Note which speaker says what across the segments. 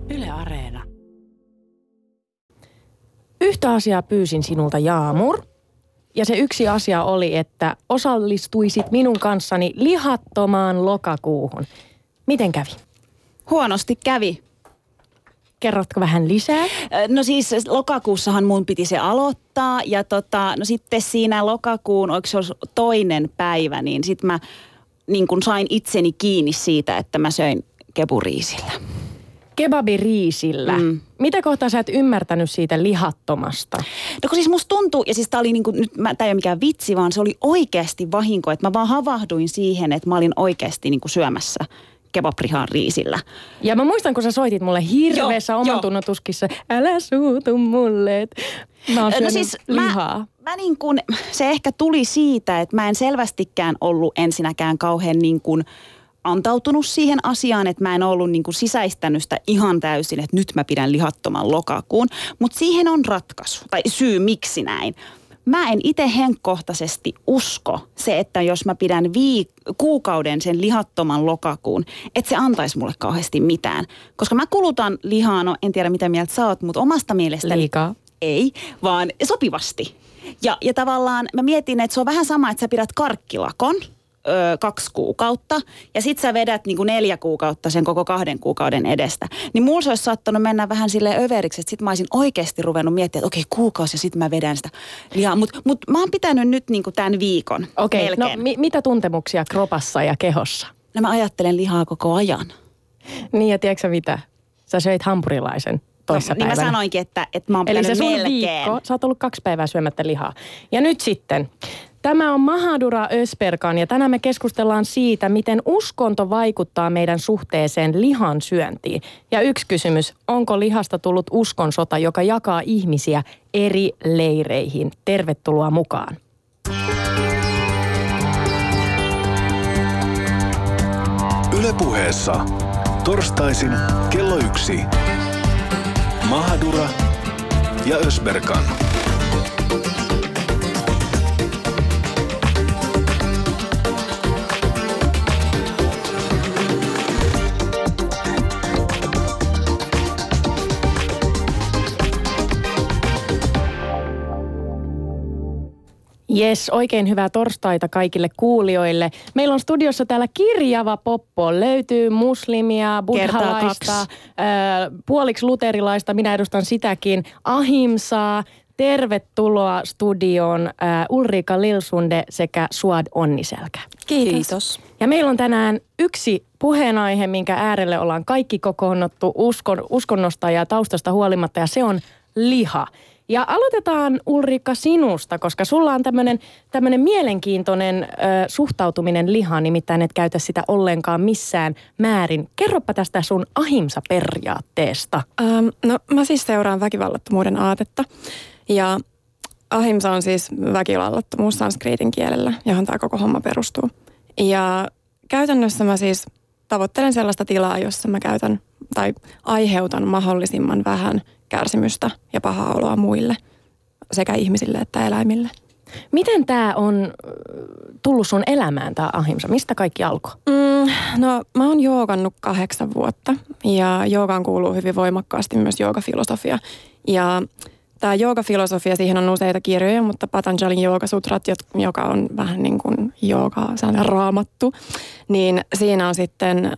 Speaker 1: Yle Areena.
Speaker 2: Yhtä asiaa pyysin sinulta, Jaamur. Ja se yksi asia oli, että osallistuisit minun kanssani lihattomaan lokakuuhun. Miten kävi?
Speaker 1: Huonosti kävi.
Speaker 2: Kerrotko vähän lisää?
Speaker 1: No siis lokakuussahan mun piti se aloittaa ja no sitten siinä lokakuun, oliko se toinen päivä, niin sit mä niin kun sain itseni kiinni siitä, että mä söin keburiisillä.
Speaker 2: Kebabiriisillä. Mitä kohtaa sä et ymmärtänyt siitä lihattomasta?
Speaker 1: No kun siis musta tuntuu, ja siis tää oli niinku, nyt tää ei ole mikään vitsi, vaan se oli oikeasti vahinko, että mä vaan havahduin siihen, että mä olin oikeasti niinku syömässä kebabrihan riisillä.
Speaker 2: Ja mä muistan, kun sä soitit mulle hirveässä omantunnotuskissa, älä suutu mulle, mä oon syönyt lihaa.
Speaker 1: Mä niin kun, se ehkä tuli siitä, että mä en selvästikään ollut ensinnäkään kauhean niin kun antautunut siihen asiaan, että mä en ollut niin kuin sisäistänyt sitä ihan täysin, että nyt mä pidän lihattoman lokakuun. Mutta siihen on ratkaisu, tai syy miksi näin. Mä en itse henkkohtaisesti usko se, että jos mä pidän kuukauden sen lihattoman lokakuun, että se antaisi mulle kauheasti mitään. Koska mä kulutan lihaa, no en tiedä mitä mieltä sä oot, mutta omasta mielestäni
Speaker 2: liikaa.
Speaker 1: Ei, vaan sopivasti. Ja tavallaan mä mietin, että se on vähän sama, että sä pidät karkkilakon 2 kuukautta ja sit sä vedät niinku 4 kuukautta sen koko 2 kuukauden edestä. Niin mulla se olisi saattanut mennä vähän silleen överiksi, että sit mä olisin oikeasti ruvennut miettimään, että okei, kuukausi ja sit mä vedän sitä lihaa. Mut mä oon pitänyt nyt niinku tämän viikon melkein.
Speaker 2: No mitä tuntemuksia kropassa ja kehossa?
Speaker 1: No mä ajattelen lihaa koko ajan.
Speaker 2: Niin ja tiedätkö mitä? Sä söit hampurilaisen toissapäivänä.
Speaker 1: Niin mä sanoinkin, että mä oon pitänyt melkein.
Speaker 2: Eli se sun viikko, sä oot ollut 2 päivää syömättä lihaa. Ja nyt sitten, tämä on Mahadura Özberkan ja tänään me keskustellaan siitä, miten uskonto vaikuttaa meidän suhteeseen lihan syöntiin. Ja yksi kysymys, onko lihasta tullut uskonsota, joka jakaa ihmisiä eri leireihin? Tervetuloa mukaan.
Speaker 3: Yle Puheessa. Torstaisin kello 1. Mahadura ja Özberkan.
Speaker 2: Jes, oikein hyvää torstaita kaikille kuulijoille. Meillä on studiossa täällä kirjava poppo. Löytyy muslimia, buddhalaista, puoliksi luterilaista, minä edustan sitäkin, ahimsaa. Tervetuloa studioon Ulrika Lilsunde sekä Suad Onniselkä.
Speaker 1: Kiitos.
Speaker 2: Ja meillä on tänään yksi puheenaihe, minkä äärelle ollaan kaikki kokoonnuttu uskonnosta ja taustasta huolimatta, ja se on liha. Ja aloitetaan Ulrika sinusta, koska sulla on tämmöinen mielenkiintoinen suhtautuminen lihaan, nimittäin et käytä sitä ollenkaan missään määrin. Kerropa tästä sun ahimsa-periaatteesta.
Speaker 4: No mä siis seuraan väkivallattomuuden aatetta ja ahimsa on siis väkivallattomuus sanskriitin kielellä, johon tämä koko homma perustuu. Ja käytännössä mä siis tavoittelen sellaista tilaa, jossa mä käytän tai aiheutan mahdollisimman vähän kärsimystä ja pahaa oloa muille, sekä ihmisille että eläimille.
Speaker 2: Miten tämä on tullut sun elämään, tämä ahimsa? Mistä kaikki alkoi?
Speaker 4: No mä oon joogannut 8 vuotta ja joogaan kuuluu hyvin voimakkaasti myös joogafilosofia. Ja tämä joogafilosofia, siihen on useita kirjoja, mutta Patanjalin joogasutrat, joka on vähän niin kuin jooga, sellainen raamattu, niin siinä on sitten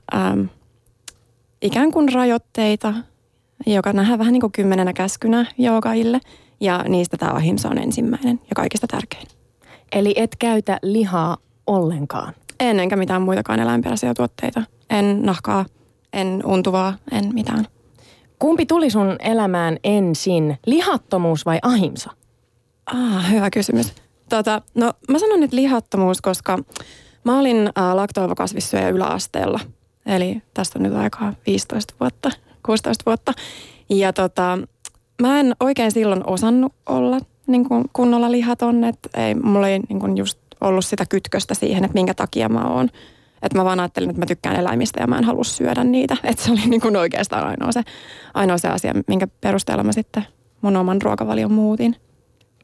Speaker 4: ikään kuin rajoitteita, joka nähdään vähän niin kuin 10 käskynä joogaille, ja niistä tämä ahimsa on ensimmäinen ja kaikista tärkein.
Speaker 2: Eli et käytä lihaa ollenkaan?
Speaker 4: Enkä mitään muitakaan eläinperäisiä tuotteita. En nahkaa, en untuvaa, en mitään.
Speaker 2: Kumpi tuli sun elämään ensin, lihattomuus vai ahimsa?
Speaker 4: Hyvä kysymys. No mä sanon nyt lihattomuus, koska mä olin laktoivokasvissyöjä yläasteella. Eli tästä on nyt aikaa 15 vuotta. 16 vuotta. Ja mä en oikein silloin osannut olla niin kuin kunnolla lihaton, että ei, mulla ei niin kuin just ollut sitä kytköstä siihen, että minkä takia mä oon. Että mä vaan ajattelin, että mä tykkään eläimistä ja mä en halua syödä niitä. Että se oli niin kuin oikeastaan ainoa se asia, minkä perusteella mä sitten mun oman ruokavalion muutin.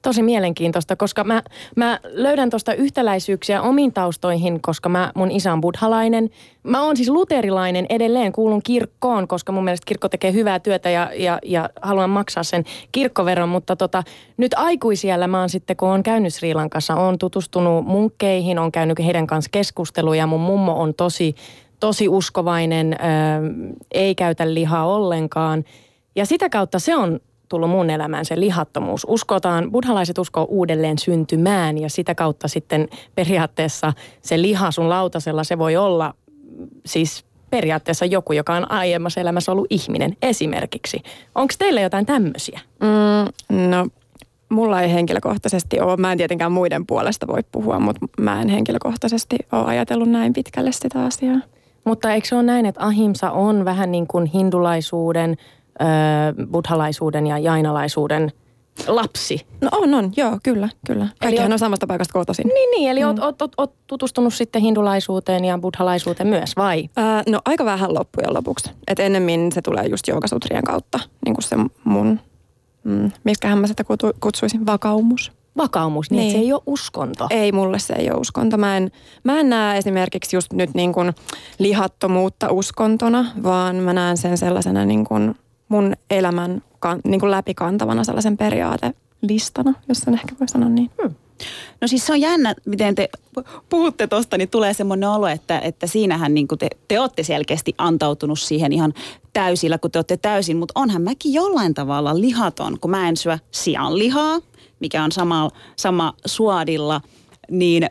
Speaker 2: Tosi mielenkiintoista, koska mä löydän tuosta yhtäläisyyksiä omiin taustoihin, koska mun isä on buddhalainen. Mä oon siis luterilainen, edelleen kuulun kirkkoon, koska mun mielestä kirkko tekee hyvää työtä ja haluan maksaa sen kirkkoveron. Mutta nyt aikuisiellä mä oon sitten, kun oon käynyt Sri Lankassa, oon tutustunut munkkeihin, oon käynyt heidän kanssa keskusteluja. Mun mummo on tosi uskovainen, ei käytä lihaa ollenkaan. Ja sitä kautta se on tullut mun elämään, se lihattomuus. Buddhalaiset uskoo uudelleen syntymään ja sitä kautta sitten periaatteessa se liha sun lautasella, se voi olla siis periaatteessa joku, joka on aiemmassa elämässä ollut ihminen esimerkiksi. Onko teillä jotain tämmöisiä?
Speaker 4: No, mulla ei henkilökohtaisesti ole. Mä en tietenkään muiden puolesta voi puhua, mutta mä en henkilökohtaisesti ole ajatellut näin pitkälle sitä asiaa.
Speaker 2: Mutta eikö se ole näin, että ahimsa on vähän niin kuin hindulaisuuden, buddhalaisuuden ja jainalaisuuden lapsi?
Speaker 4: No on, joo, kyllä. Kaikkihan on samasta paikasta kotoisin.
Speaker 2: Niin, eli oot tutustunut sitten hindulaisuuteen ja buddhalaisuuteen myös, vai?
Speaker 4: No aika vähän loppujen lopuksi. Et ennemmin se tulee just joogasutrien kautta, niin kuin se mun, miksiköhän mä sitä kutsuisin, vakaumus.
Speaker 2: Vakaumus, niin. Se ei ole uskonto.
Speaker 4: Ei, mulle se ei ole uskonto. Mä en näe esimerkiksi just nyt niin kuin lihattomuutta uskontona, vaan mä näen sen sellaisena niin kuin mun elämän niin kuin läpikantavana sellaisen periaatelistana, jos sen ehkä voi sanoa niin.
Speaker 1: No siis se on jännä, miten te puhutte tuosta, niin tulee semmoinen olo, että siinähän niin kuin te olette selkeästi antautunut siihen ihan täysillä, kun te olette täysin, mutta onhan mäkin jollain tavalla lihaton, kun mä en syö sianlihaa, mikä on sama suadilla, niin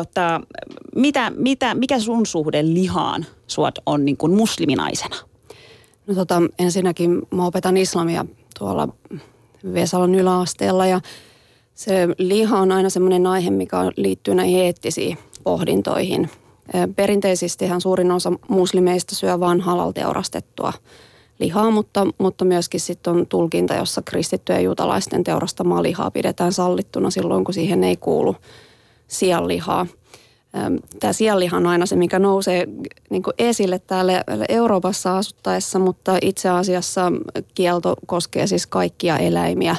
Speaker 1: mikä sun suhde lihaan suot on niin kuin musliminaisena?
Speaker 5: No ensinnäkin mä opetan islamia tuolla Vesalon yläasteella ja se liha on aina semmoinen aihe, mikä liittyy näihin eettisiin pohdintoihin. Perinteisestihän suurin osa muslimeista syö vain halal-teurastettua lihaa, mutta myöskin sitten on tulkinta, jossa kristittyjen ja juutalaisten teurastamaa lihaa pidetään sallittuna silloin, kun siihen ei kuulu sianlihaa. Tämä sianliha on aina se, mikä nousee niin kuin esille täällä Euroopassa asuttaessa, mutta itse asiassa kielto koskee siis kaikkia eläimiä,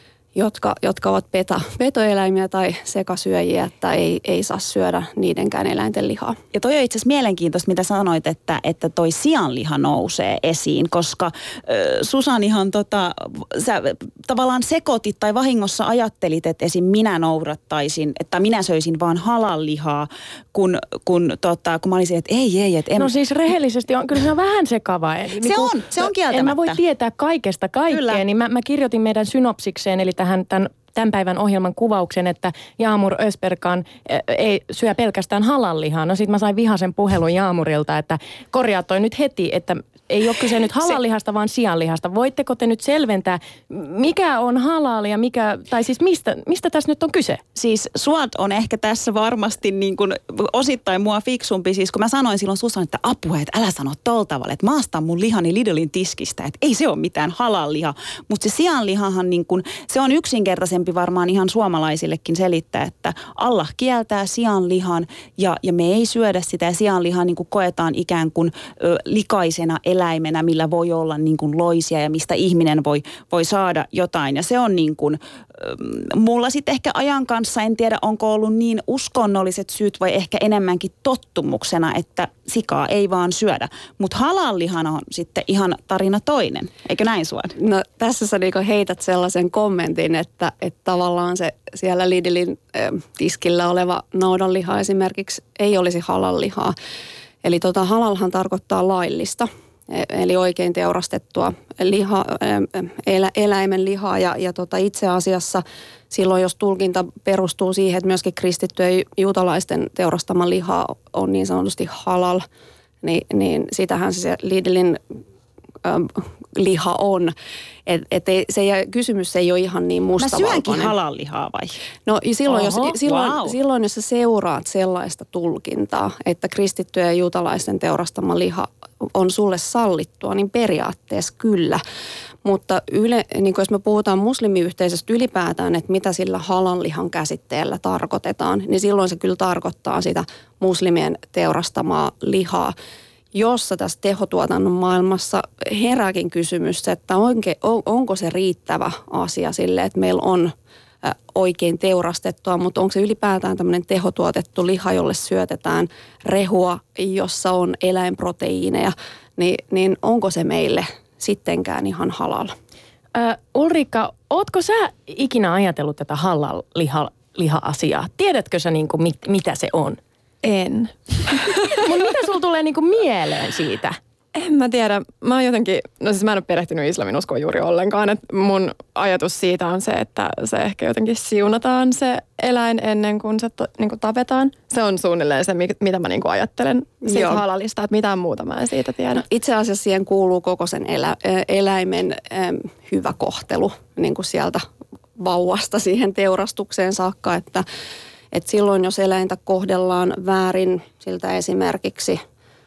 Speaker 5: jotka ovat petoeläimiä tai sekasyöjiä, että ei saa syödä niidenkään eläinten lihaa.
Speaker 1: Ja toi on itse asiassa mielenkiintoista, mitä sanoit, että toi sianliha nousee esiin, koska Susanihan sä tavallaan sekoitit tai vahingossa ajattelit, että esim. Minä noudattaisin, että minä söisin vaan halal-lihaa, kun mä olisin, että ei. Että
Speaker 2: no siis rehellisesti kyllä se on vähän sekavaa.
Speaker 1: Se on kieltämättä.
Speaker 2: En mä voi tietää kaikesta kaikkea, niin mä kirjoitin meidän synopsikseen, eli tämän päivän ohjelman kuvauksen, että Yağmur Özberkan ei syö pelkästään halal-lihaa. No sit mä sain vihaisen puhelun Yağmurilta, että korjaa toi nyt heti, että ei ole kyse nyt halal-lihasta, vaan sianlihasta. Voitteko te nyt selventää, mikä on halal ja tai siis mistä tässä nyt on kyse?
Speaker 1: Siis Suat on ehkä tässä varmasti niin kuin osittain mua fiksumpi. Siis kun mä sanoin silloin Susan, että apua, että älä sano tol tavalla, että mä astan mun lihani Lidlin tiskistä, että ei se ole mitään halal-liha. Mutta se sianlihahan niin kuin, se on yksinkertaisempi varmaan ihan suomalaisillekin selittää, että Allah kieltää sianlihan ja me ei syödä sitä ja sianlihaa niin kuin koetaan ikään kuin likaisena eläimenä, millä voi olla niin kuin loisia ja mistä ihminen voi saada jotain. Ja se on niin kuin, mulla sitten ehkä ajan kanssa, en tiedä onko ollut niin uskonnolliset syyt vai ehkä enemmänkin tottumuksena, että sikaa ei vaan syödä. Mutta halal-lihan on sitten ihan tarina toinen. Eikö näin Suad?
Speaker 5: No tässä sä niinku heität sellaisen kommentin, että tavallaan se siellä Lidlin tiskillä oleva naudanliha esimerkiksi ei olisi halal-lihaa. Eli halalhan tarkoittaa laillista. Eli oikein teurastettua eläimen lihaa ja itse asiassa silloin, jos tulkinta perustuu siihen, että myöskin kristittyjen juutalaisten teurastama liha on niin sanotusti halal, niin sitähän se Lidlin liha on. Kysymys ei ole ihan niin mustavalkoinen.
Speaker 1: Mä syönkin halal-lihaa vai?
Speaker 5: No silloin, jos sä seuraat sellaista tulkintaa, että kristittyjen ja juutalaisten teurastama liha on sulle sallittua, niin periaatteessa kyllä. Mutta niin jos me puhutaan muslimiyhteisöstä ylipäätään, että mitä sillä halal-lihan käsitteellä tarkoitetaan, niin silloin se kyllä tarkoittaa sitä muslimien teurastamaa lihaa, jossa tässä tehotuotannon maailmassa herääkin kysymys, että onko se riittävä asia sille, että meillä on oikein teurastettua, mutta onko se ylipäätään tämmöinen tehotuotettu liha, jolle syötetään rehua, jossa on eläinproteiineja, niin onko se meille sittenkään ihan halal?
Speaker 2: Ulrikka, ootko sä ikinä ajatellut tätä halal-liha-asiaa? Tiedätkö sä niinku, mitä se on?
Speaker 4: En.
Speaker 2: Mutta mitä sulla tulee niinku mieleen siitä?
Speaker 4: En mä tiedä. Mä oon jotenkin, mä en ole perehtynyt islamin uskoon juuri ollenkaan. Et mun ajatus siitä on se, että se ehkä jotenkin siunataan se eläin ennen kuin se niinku tapetaan. Se on suunnilleen se, mitä mä niinku ajattelen siitä halalista, että mitään muuta mä en siitä tiedä.
Speaker 5: No, itse asiassa siihen kuuluu koko sen eläimen hyvä kohtelu niin kuin sieltä vauvasta siihen teurastukseen saakka, että silloin jos eläintä kohdellaan väärin, siltä esimerkiksi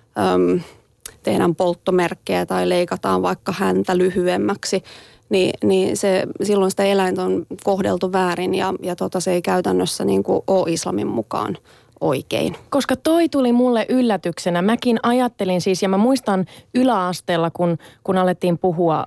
Speaker 5: tehdään polttomerkkejä tai leikataan vaikka häntä lyhyemmäksi, niin silloin sitä eläintä on kohdeltu väärin ja se ei käytännössä niin kuin ole islamin mukaan oikein.
Speaker 2: Koska toi tuli mulle yllätyksenä. Mäkin ajattelin siis, ja mä muistan yläasteella, kun alettiin puhua,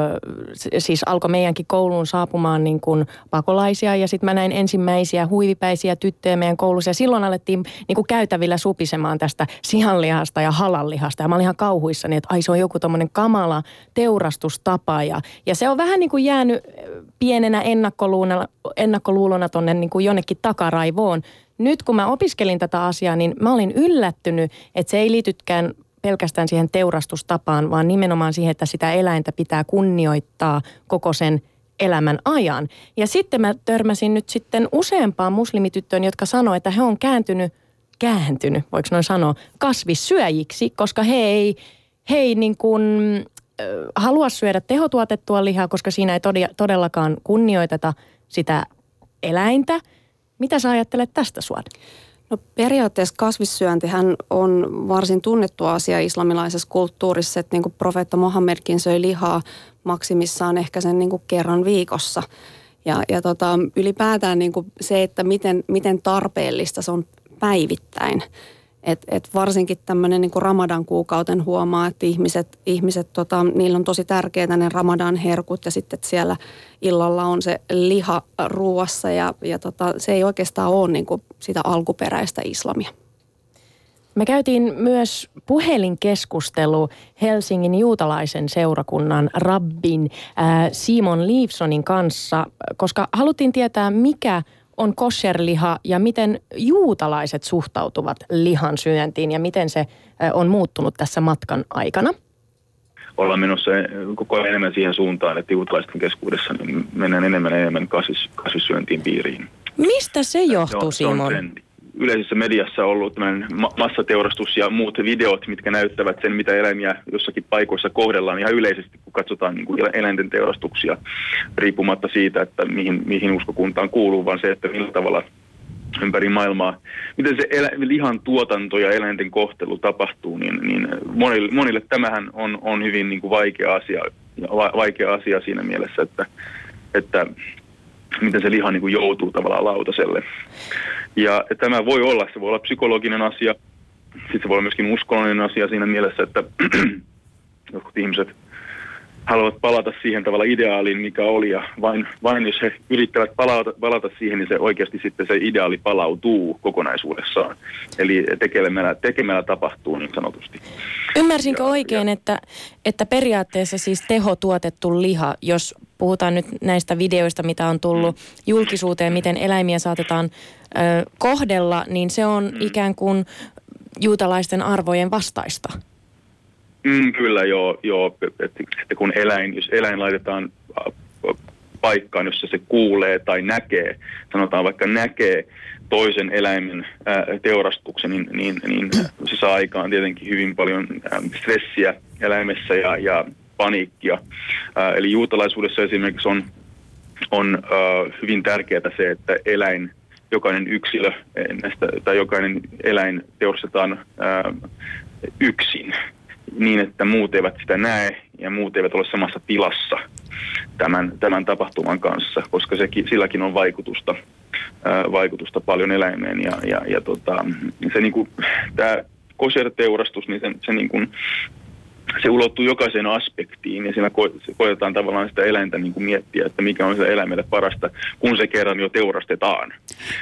Speaker 2: siis alkoi meidänkin kouluun saapumaan niin kuin pakolaisia, ja sitten mä näin ensimmäisiä huivipäisiä tyttöjä meidän koulussa, ja silloin alettiin niin kuin käytävillä supisemaan tästä sianlihasta ja halallihasta, ja mä olin ihan kauhuissani, että ai se on joku tommonen kamala teurastustapa, ja se on vähän niin kuin jäänyt pienenä ennakkoluulona tonne niin kuin jonnekin takaraivoon. Nyt kun mä opiskelin tätä asiaa, niin mä olin yllättynyt, että se ei liitykään pelkästään siihen teurastustapaan, vaan nimenomaan siihen, että sitä eläintä pitää kunnioittaa koko sen elämän ajan. Ja sitten mä törmäsin nyt sitten useampaan muslimityttöön, jotka sanoo, että he on kääntynyt, voiko noin sanoa, kasvissyöjiksi, koska he ei niin kuin halua syödä tehotuotettua lihaa, koska siinä ei todellakaan kunnioiteta sitä eläintä. Mitä sä ajattelet tästä, Suad?
Speaker 5: No periaatteessa kasvissyöntihän on varsin tunnettu asia islamilaisessa kulttuurissa, että niin kuin profeetta Mohammedkin söi lihaa maksimissaan ehkä sen niin kuin kerran viikossa. Ja ylipäätään niin kuin se, että miten tarpeellista se on päivittäin. Et varsinkin tämmöinen niin kuin Ramadan kuukauten huomaa, että ihmiset niillä on tosi tärkeää ne Ramadan herkut ja sitten siellä illalla on se liha ruuassa ja se ei oikeastaan ole niin kuin sitä alkuperäistä islamia.
Speaker 2: Me käytiin myös puhelinkeskustelu Helsingin juutalaisen seurakunnan rabbin Simon Leifsonin kanssa, koska haluttiin tietää, mikä on kosherliha ja miten juutalaiset suhtautuvat lihan syöntiin ja miten se on muuttunut tässä matkan aikana.
Speaker 6: Ollaan menossa koko ajan enemmän siihen suuntaan, että juutalaisten keskuudessa niin mennään enemmän kasvissyöntiin piiriin.
Speaker 2: Mistä se johtuu, Simon?
Speaker 6: Yleisessä mediassa on ollut massateurastus ja muut videot, mitkä näyttävät sen, mitä eläimiä jossakin paikoissa kohdellaan ihan yleisesti, kun katsotaan niin kuin eläinten teurastuksia, riippumatta siitä, että mihin uskokuntaan kuuluu, vaan se, että millä tavalla ympäri maailmaa, miten se lihan tuotanto ja eläinten kohtelu tapahtuu, niin monille tämähän on hyvin niin kuin vaikea asia siinä mielessä, että miten se liha niin kuin joutuu tavallaan lautaselle. Ja tämä voi olla psykologinen asia, sitten se voi olla myöskin uskonnollinen asia siinä mielessä, että jotkut ihmiset haluavat palata siihen tavalla ideaaliin, mikä oli, ja vain jos he yrittävät palata siihen, niin se oikeasti sitten se ideaali palautuu kokonaisuudessaan. Eli tekemällä tapahtuu niin sanotusti.
Speaker 2: Ymmärsinkö oikein, että periaatteessa siis tehotuotettu liha, jos puhutaan nyt näistä videoista, mitä on tullut julkisuuteen, miten eläimiä saatetaan kohdella, niin se on ikään kuin juutalaisten arvojen vastaista?
Speaker 6: Kyllä joo. Että kun jos eläin laitetaan paikkaan, jossa se kuulee tai näkee, sanotaan vaikka näkee toisen eläimen teurastuksen, niin se saa aikaan tietenkin hyvin paljon stressiä eläimessä ja paniikkia. Eli juutalaisuudessa esimerkiksi on hyvin tärkeää se, että jokainen yksilö tai jokainen eläin teurastetaan yksin niin, että muut eivät sitä näe ja muut eivät ole samassa tilassa tämän tapahtuman kanssa, koska silläkin on vaikutusta paljon eläimeen ja se niinku tämä kosher-teurastus, niin se niinku se ulottuu jokaiseen aspektiin ja siinä koetetaan tavallaan sitä eläintä niin kuin miettiä, että mikä on se eläimelle parasta, kun se kerran jo teurastetaan.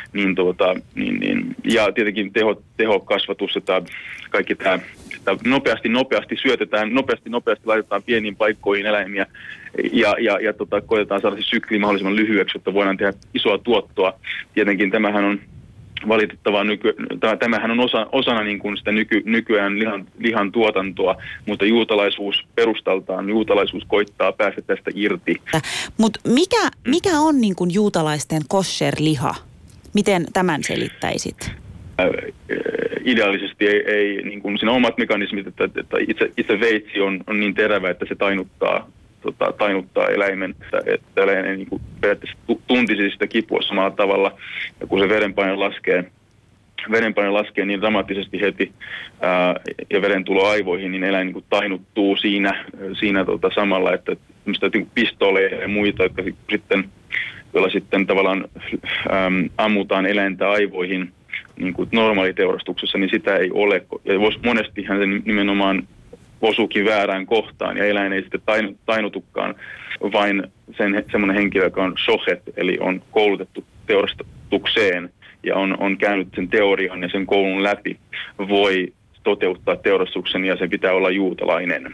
Speaker 6: Ja tietenkin tehokasvatus, että kaikki tämä nopeasti syötetään, nopeasti laitetaan pieniin paikkoihin eläimiä ja koetetaan saada se sykli mahdollisimman lyhyeksi, jotta voidaan tehdä isoa tuottoa. Tietenkin tämähän on valitettavaa tämähän on osana niin kuin sitä nykyään lihan tuotantoa, mutta juutalaisuus koittaa päästä tästä irti.
Speaker 1: Mutta mikä on niin kuin juutalaisten kosher-liha? Miten tämän selittäisit?
Speaker 6: Ideaalisesti ei niin kuin siinä on omat mekanismit, että itse veitsi on niin terävä, että se tainuttaa eläimen, että eläin niin kuin periaatteessa tuntisi sitä kipua samalla tavalla. Ja kun se verenpaine laskee niin dramaattisesti heti ja veren tulo aivoihin, niin eläin niin kuin tainuttuu siinä samalla, että pistooleja ja muita, joilla sitten tavallaan ammutaan eläintä aivoihin niin kuin normaaliteurastuksessa, niin sitä ei ole. Ja monestihan se nimenomaan osuukin väärään kohtaan ja eläin ei sitten tainutukaan, vain semmoinen henkilö, joka on shochet, eli on koulutettu teurastukseen ja on käynyt sen teorian ja sen koulun läpi, voi toteuttaa teurastuksen ja se pitää olla juutalainen.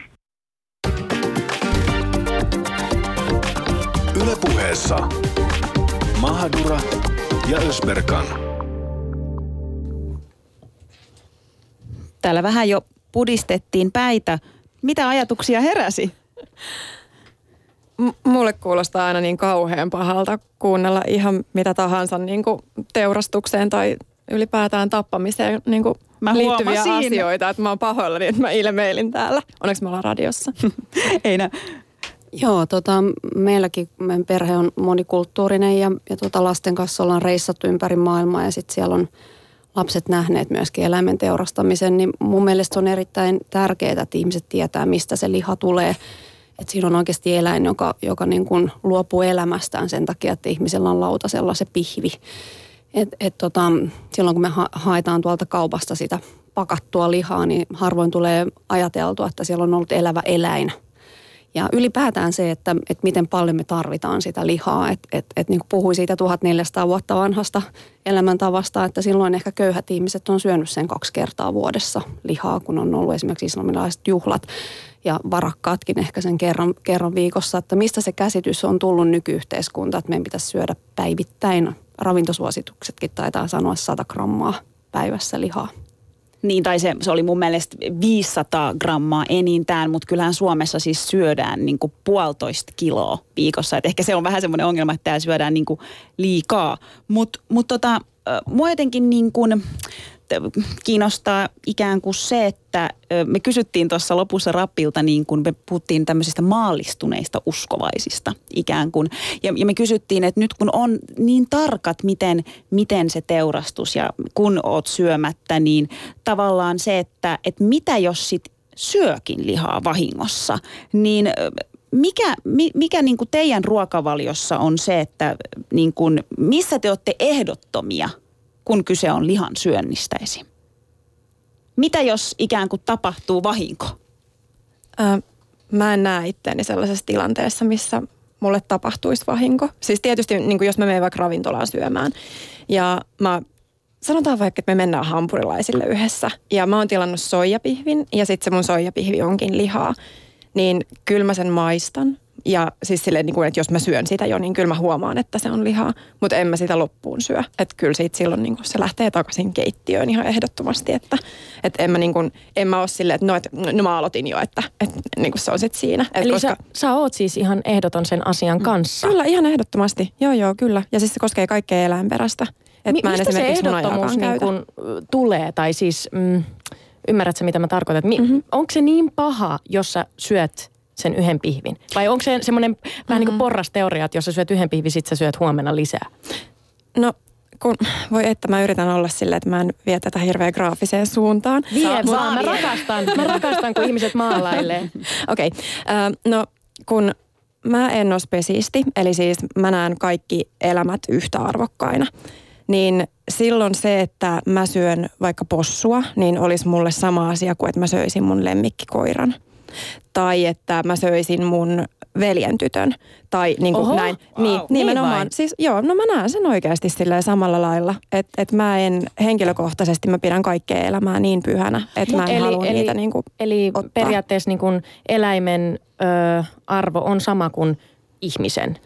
Speaker 3: Yle Puheessa Mahadura ja Ösberkan.
Speaker 1: Täällä vähän jo pudistettiin päitä. Mitä ajatuksia heräsi?
Speaker 4: Mulle kuulostaa aina niin kauhean pahalta kuunnella ihan mitä tahansa niin kuin teurastukseen tai ylipäätään tappamiseen niin kuin liittyviä asioita. Että mä oon pahoillani, että mä ilmeilin täällä. Onneksi me ollaan radiossa.
Speaker 1: Ei nää.
Speaker 5: Joo, meidän perhe on monikulttuurinen ja lasten kanssa ollaan reissattu ympäri maailmaa ja sitten siellä on lapset nähneet myöskin eläimen teurastamisen, niin mun mielestä on erittäin tärkeää, että ihmiset tietää, mistä se liha tulee. Että siinä on oikeasti eläin, joka niin kuin luopuu elämästään sen takia, että ihmisellä on lautasella se pihvi. Silloin kun me haetaan tuolta kaupasta sitä pakattua lihaa, niin harvoin tulee ajateltua, että siellä on ollut elävä eläin. Ja ylipäätään se, että miten paljon me tarvitaan sitä lihaa. Että niin kuin puhui siitä 1400 vuotta vanhasta elämäntavasta, että silloin ehkä köyhät ihmiset on syönyt sen 2 kertaa vuodessa lihaa, kun on ollut esimerkiksi islamilaiset juhlat. Ja varakkaatkin ehkä sen kerran viikossa, että mistä se käsitys on tullut nykyyhteiskunta, että meidän pitäisi syödä päivittäin. Ravintosuosituksetkin taitaa sanoa 100 grammaa päivässä lihaa.
Speaker 1: Niin, tai se oli mun mielestä 500 grammaa enintään, mutta kyllähän Suomessa siis syödään niin kuin 1,5 kiloa viikossa. Et ehkä se on vähän semmoinen ongelma, että täällä syödään niin kuin liikaa. Mutta mua jotenkin niin kuin kiinnostaa ikään kuin se, että me kysyttiin tuossa lopussa Rappilta, niin kun me puhuttiin tämmöisistä maallistuneista uskovaisista ikään kuin. Ja me kysyttiin, että nyt kun on niin tarkat, miten se teurastus ja kun oot syömättä, niin tavallaan se, että mitä jos sit syökin lihaa vahingossa, niin mikä niin kuin teidän ruokavaliossa on se, että niin kuin, missä te olette ehdottomia, kun kyse on lihan syönnistä esim. Mitä jos ikään kuin tapahtuu vahinko?
Speaker 4: Mä en näe itteeni sellaisessa tilanteessa, missä mulle tapahtuisi vahinko. Siis tietysti niin kuin jos mä menen vaikka ravintolaan syömään ja sanotaan vaikka, että me mennään hampurilaisille yhdessä ja mä oon tilannut soijapihvin ja sitten se mun soijapihvi onkin lihaa, niin kyllä mä sen maistan. Ja siis silleen, että jos mä syön sitä jo, niin kyllä mä huomaan, että se on lihaa, mutta en mä sitä loppuun syö. Että kyllä siitä silloin niin se lähtee takaisin keittiöön ihan ehdottomasti, että en mä ole silleen, että mä aloitin jo, että niin kuin se on sitten siinä.
Speaker 2: Eli koska sä oot siis ihan ehdoton sen asian kanssa?
Speaker 4: Kyllä, ihan ehdottomasti. Joo, kyllä. Ja siis se koskee kaikkea eläinperäistä.
Speaker 2: Mistä se ehdottomuus niin kun tulee? Tai siis, ymmärrätkö mitä mä tarkoitan? Onko se niin paha, jos sä syöt sen yhden pihvin? Vai onko se semmoinen vähän niin kuin porrasteoria, että jos sä syöt yhden pihvin, sit sä syöt huomenna lisää?
Speaker 4: No, että mä yritän olla silleen, että mä en vie tätä hirveän graafiseen suuntaan.
Speaker 2: Mä rakastan, kun ihmiset maalailee.
Speaker 4: Okei. No, kun mä en ole spesiisti, eli siis mä näen kaikki elämät yhtä arvokkaina, niin silloin se, että mä syön vaikka possua, niin olisi mulle sama asia kuin, että mä söisin mun lemmikkikoiran. Tai että mä söisin mun veljen tytön. Tai niin kuin näin. Niin, nimenomaan.
Speaker 2: Niin
Speaker 4: siis joo, no mä näen sen oikeasti silleen samalla lailla. Että mä en henkilökohtaisesti, mä pidän kaikkea elämää niin pyhänä, että mä en halua niitä niin kuin
Speaker 2: Eli
Speaker 4: ottaa.
Speaker 2: periaatteessa niin kuin eläimen arvo on sama kuin ihmisen.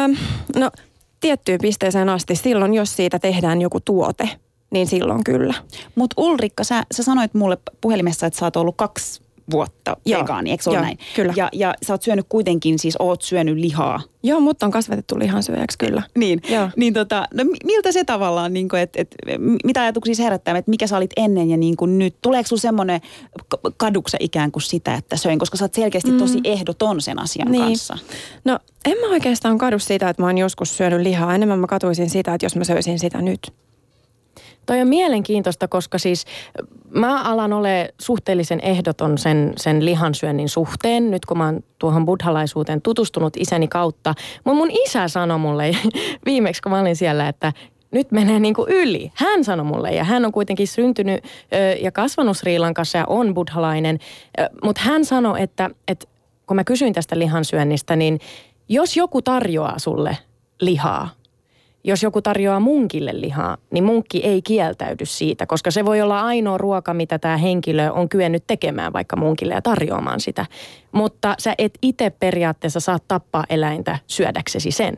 Speaker 4: No tiettyyn pisteeseen asti silloin, jos siitä tehdään joku tuote, niin silloin kyllä.
Speaker 1: Mutta Ulrikka, sä sanoit mulle puhelimessa, että sä oot ollut 2 vuotta vegaani, eikö se ole näin?
Speaker 4: Kyllä.
Speaker 1: Ja sä oot syönyt kuitenkin, siis oot syönyt lihaa.
Speaker 4: Joo, mutta on kasvatettu lihansyöjäksi kyllä.
Speaker 1: Niin,
Speaker 4: Joo.
Speaker 1: niin no miltä se tavallaan, niin mitä ajatuksia se herättää, että mikä sä olit ennen ja niin kuin nyt? Tuleeko sulla semmoinen kadukse ikään kuin sitä, että söin, koska sä oot selkeästi tosi ehdoton sen asian kanssa?
Speaker 4: No en mä oikeastaan kadu siitä, että mä oon joskus syönyt lihaa. Enemmän mä katuisin sitä, että jos mä söisin sitä nyt.
Speaker 2: Toi on mielenkiintoista, koska siis mä alan ole suhteellisen ehdoton sen lihansyönnin suhteen, nyt kun mä oon tuohon buddhalaisuuteen tutustunut isäni kautta. Mun isä sanoi mulle viimeksi, kun mä olin siellä, että nyt menee niin kuin yli. Hän sanoi mulle, ja hän on kuitenkin syntynyt ja kasvanut Sri Lankassa ja on buddhalainen, mutta hän sanoi, että kun mä kysyin tästä lihansyönnistä, niin jos joku tarjoaa sulle lihaa, jos joku tarjoaa munkille lihaa, niin munkki ei kieltäydy siitä, koska se voi olla ainoa ruoka, mitä tämä henkilö on kyennyt tekemään vaikka munkille ja tarjoamaan sitä. Mutta sä et itse periaatteessa saa tappaa eläintä syödäksesi sen.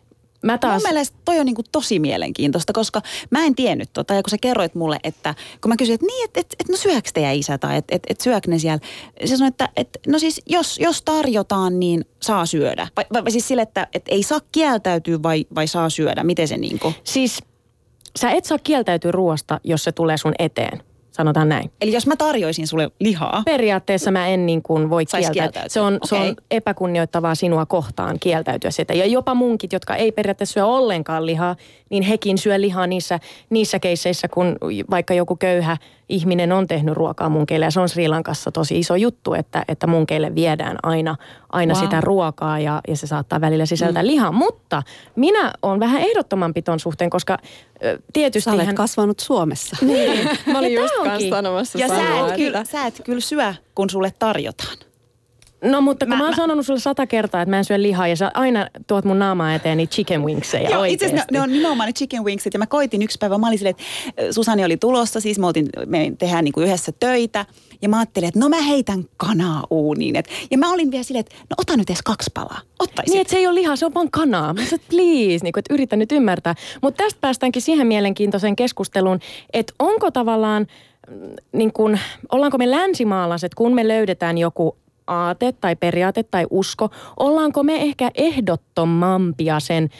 Speaker 1: Mun mielestä toi on niinku tosi mielenkiintoista, koska mä en tiennyt ja kun sä kerroit mulle, että kun mä kysyin, että niin, että no syöks teidän isä tai että syöks ne siellä. Se sanoi, että no siis jos tarjotaan, niin saa syödä. Vai siis sille, että ei saa kieltäytyä vai saa syödä, miten se niinku?
Speaker 2: Siis sä et saa kieltäytyä ruoasta, jos se tulee sun eteen. Sanotaan näin.
Speaker 1: Eli jos mä tarjoisin sulle lihaa?
Speaker 2: Periaatteessa mä en niin kuin voi kieltäytyä. Se on epäkunnioittavaa sinua kohtaan kieltäytyä sitä. Ja jopa munkit, jotka ei periaatteessa syö ollenkaan lihaa, niin hekin syö lihaa niissä keisseissä, kun vaikka joku köyhä ihminen on tehnyt ruokaa munkeille. Ja se on Sri Lankassa tosi iso juttu, että munkeille viedään aina sitä ruokaa ja se saattaa välillä sisältää lihaa. Mutta minä olen vähän ehdottomampi ton suhteen, koska tietysti...
Speaker 5: Sä olet kasvanut Suomessa.
Speaker 4: Niin, mä olin
Speaker 2: Ja
Speaker 4: just
Speaker 2: tää
Speaker 4: kanssa
Speaker 2: onkin.
Speaker 4: sanomassa
Speaker 1: Ja
Speaker 4: samaa.
Speaker 1: sä et kyllä syö, kun sulle tarjotaan.
Speaker 2: No mutta kun mä oon sanonut sulle 100 kertaa, että mä en syö lihaa ja sä aina tuot mun naamaa eteen niin chicken wingsejä.
Speaker 1: Joo, itse asiassa ne on nimenomaan ne chicken wingsit ja mä koitin yksi päivä. Mä olin silleen, että Susani oli tulossa, siis me tehdään niin kuin yhdessä töitä. Ja mä ajattelin, että no mä heitän kanaa uuniin. Ja mä olin vielä silleen, että no ota nyt edes 2 palaa. Ottaisit.
Speaker 2: Niin, että se ei ole lihaa, se on vaan kanaa. Mä sanoin, please, niin kuin, että yritä nyt ymmärtää. Mutta tästä päästäänkin siihen mielenkiintoiseen keskusteluun, että onko tavallaan, niin kuin, ollaanko me länsimaalaiset, kun me löydetään joku aate tai periaate tai usko, ollaanko me ehkä ehdottomampia sen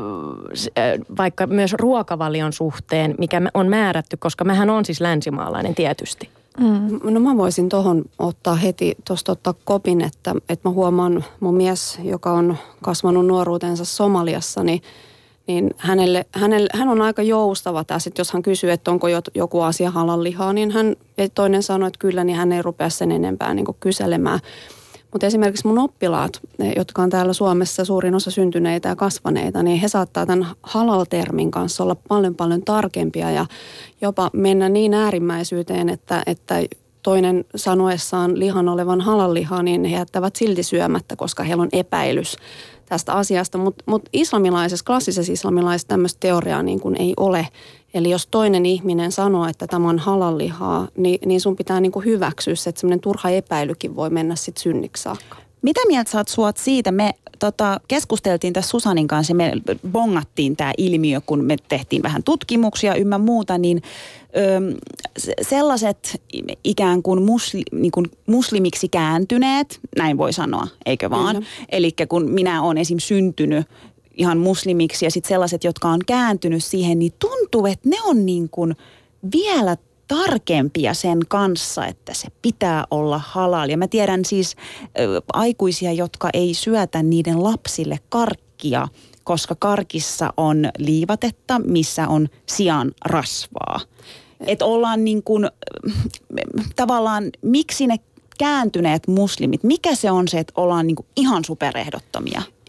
Speaker 2: vaikka myös ruokavalion suhteen, mikä on määrätty, koska mähän on siis länsimaalainen tietysti.
Speaker 5: No mä voisin tuohon ottaa heti ottaa kopin, että mä huomaan mun mies, joka on kasvanut nuoruutensa Somaliassa, niin hän on aika joustava tässä, että jos hän kysyy, että onko joku asia halallihaa, niin toinen sanoo, että kyllä, niin hän ei rupea sen enempää niin kuin kyselemään. Mutta esimerkiksi mun oppilaat, jotka on täällä Suomessa suurin osa syntyneitä ja kasvaneita, niin he saattaa tämän halal-termin kanssa olla paljon tarkempia ja jopa mennä niin äärimmäisyyteen, että toinen sanoessaan lihan olevan halallihaa, niin he jättävät silti syömättä, koska heillä on epäilys tästä asiasta. Mutta klassisessa islamilaisessa tämmöistä teoriaa niin kuin ei ole. Eli jos toinen ihminen sanoo, että tämä on halallihaa, niin sun pitää niin kuin hyväksyä se, että semmoinen turha epäilykin voi mennä sitten synniksi saakka.
Speaker 1: Mitä mieltä sä oot siitä? Me keskusteltiin tässä Susanin kanssa ja me bongattiin tämä ilmiö, kun me tehtiin vähän tutkimuksia ynnä muuta, niin sellaiset ikään kuin, muslimiksi kääntyneet, näin voi sanoa, eikö vaan? Eli kun minä olen esim. Syntynyt ihan muslimiksi ja sitten sellaiset, jotka on kääntynyt siihen, niin tuntuu, että ne on niin kuin vielä tarkempia sen kanssa, että se pitää olla halal. Ja mä tiedän siis aikuisia, jotka ei syötä niiden lapsille karkkia, koska karkissa on liivatetta, missä on sian rasvaa. Että ollaan niin kuin tavallaan, miksi ne kääntyneet muslimit, mikä se on se, että ollaan niin kuin ihan superehdottomia?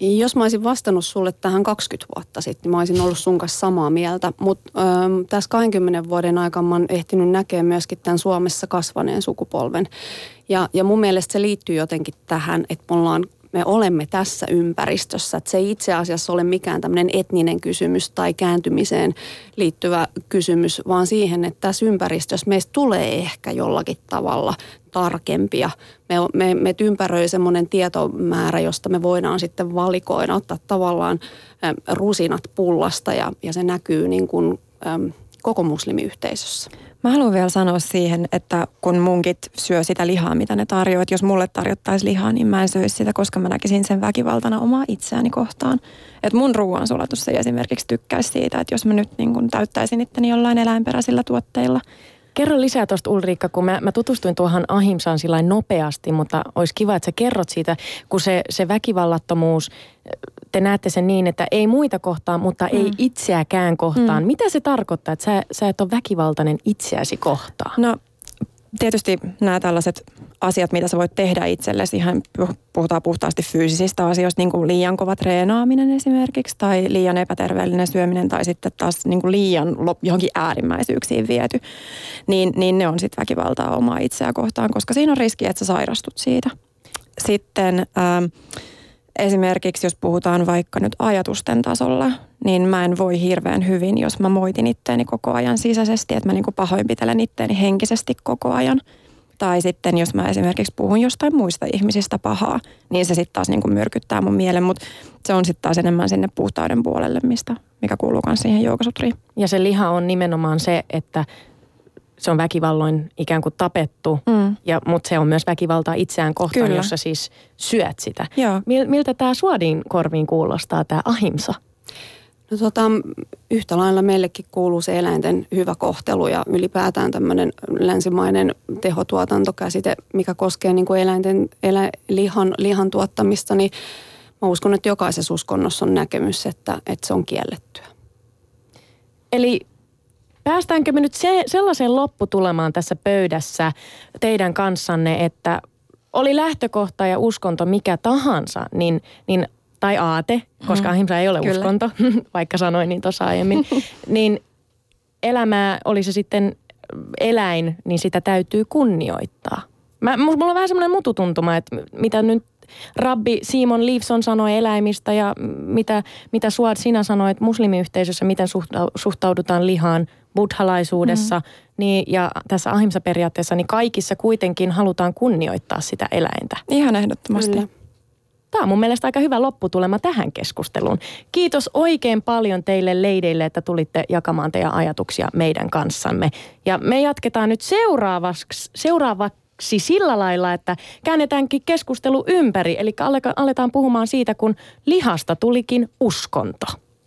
Speaker 5: Jos mä olisin vastannut sulle tähän 20 vuotta sitten, niin mä olisin ollut sun kanssa samaa mieltä. Mutta tässä 20 vuoden aikana mä oon ehtinyt näkemään myöskin tämän Suomessa kasvaneen sukupolven. Ja mun mielestä se liittyy jotenkin tähän, että me olemme tässä ympäristössä. Että se ei itse asiassa ole mikään tämmöinen etninen kysymys tai kääntymiseen liittyvä kysymys, vaan siihen, että tässä ympäristössä meistä tulee ehkä jollakin tavalla tarkempia. Me ympäröi semmoinen tietomäärä, josta me voidaan sitten valikoida, ottaa tavallaan rusinat pullasta ja se näkyy niin kuin koko muslimiyhteisössä.
Speaker 4: Mä haluan vielä sanoa siihen, että kun munkit syö sitä lihaa, mitä ne tarjoaa, että jos mulle tarjottaisiin lihaa, niin mä en söisi sitä, koska mä näkisin sen väkivaltana omaa itseäni kohtaan. Että mun ruoansulatus ei esimerkiksi tykkäisi siitä, että jos mä nyt niin kun täyttäisin itteni jollain eläinperäisillä tuotteilla.
Speaker 2: Kerro lisää tuosta Ulriikka, kun mä tutustuin tuohon ahimsaan sillain nopeasti, mutta olisi kiva, että sä kerrot siitä, kun se väkivallattomuus, te näette sen niin, että ei muita kohtaan, mutta ei itseäkään kohtaan. Mitä se tarkoittaa, että sä et ole väkivaltainen itseäsi kohtaan?
Speaker 4: No tietysti nämä tällaiset asiat, mitä sä voit tehdä itsellesi, ihan puhutaan puhtaasti fyysisistä asioista, niin kuin liian kova treenaaminen esimerkiksi, tai liian epäterveellinen syöminen, tai sitten taas niin kuin liian johonkin äärimmäisyyksiin viety, niin ne on sitten väkivaltaa omaa itseä kohtaan, koska siinä on riski, että sä sairastut siitä. Sitten esimerkiksi jos puhutaan vaikka nyt ajatusten tasolla, niin mä en voi hirveän hyvin, jos mä moitin itteeni koko ajan sisäisesti, että mä niin kuin pahoinpitelen itteeni henkisesti koko ajan. Tai sitten jos mä esimerkiksi puhun jostain muista ihmisistä pahaa, niin se sitten taas niin kuin myrkyttää mun mielen, mutta se on sitten taas enemmän sinne puhtauden puolelle, mikä kuuluu myös siihen joogasutriin.
Speaker 2: Ja se liha on nimenomaan se, että se on väkivalloin ikään kuin tapettu, mutta se on myös väkivaltaa itseään kohtaan,
Speaker 4: Kyllä.
Speaker 2: jossa siis syöt sitä.
Speaker 4: Joo.
Speaker 2: Miltä tämä Suodin korviin kuulostaa, tämä ahimsa?
Speaker 5: No yhtä lailla meillekin kuuluu se eläinten hyvä kohtelu ja ylipäätään tämmöinen länsimainen tehotuotantokäsite, mikä koskee niin kuin lihan tuottamista, niin mä uskon, että jokaisessa uskonnossa on näkemys, että se on kiellettyä.
Speaker 2: Eli päästäänkö me nyt sellaiseen lopputulemaan tässä pöydässä teidän kanssanne, että oli lähtökohta ja uskonto mikä tahansa, tai aate, koska ahimsa ei ole Kyllä. uskonto, vaikka sanoin niin tuossa aiemmin, niin elämää, oli se sitten eläin, niin sitä täytyy kunnioittaa. Mulla on vähän semmoinen mututuntuma, että mitä nyt Rabbi Simon Leifson sanoi eläimistä ja mitä Suad sinä sanoit muslimiyhteisössä, miten suhtaudutaan lihaan buddhalaisuudessa niin, ja tässä ahimsa-periaatteessa, niin kaikissa kuitenkin halutaan kunnioittaa sitä eläintä.
Speaker 4: Ihan ehdottomasti.
Speaker 5: Kyllä.
Speaker 2: Tämä on mun mielestä aika hyvä lopputulema tähän keskusteluun. Kiitos oikein paljon teille leideille, että tulitte jakamaan teidän ajatuksia meidän kanssamme. Ja me jatketaan nyt seuraavaksi sillä lailla, että käännetäänkin keskustelu ympäri. Eli aletaan puhumaan siitä, kun lihasta tulikin uskonto.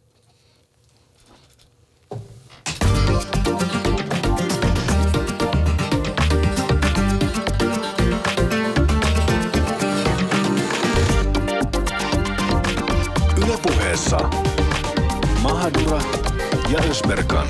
Speaker 3: Puheessa Mahadura ja Ösberkan.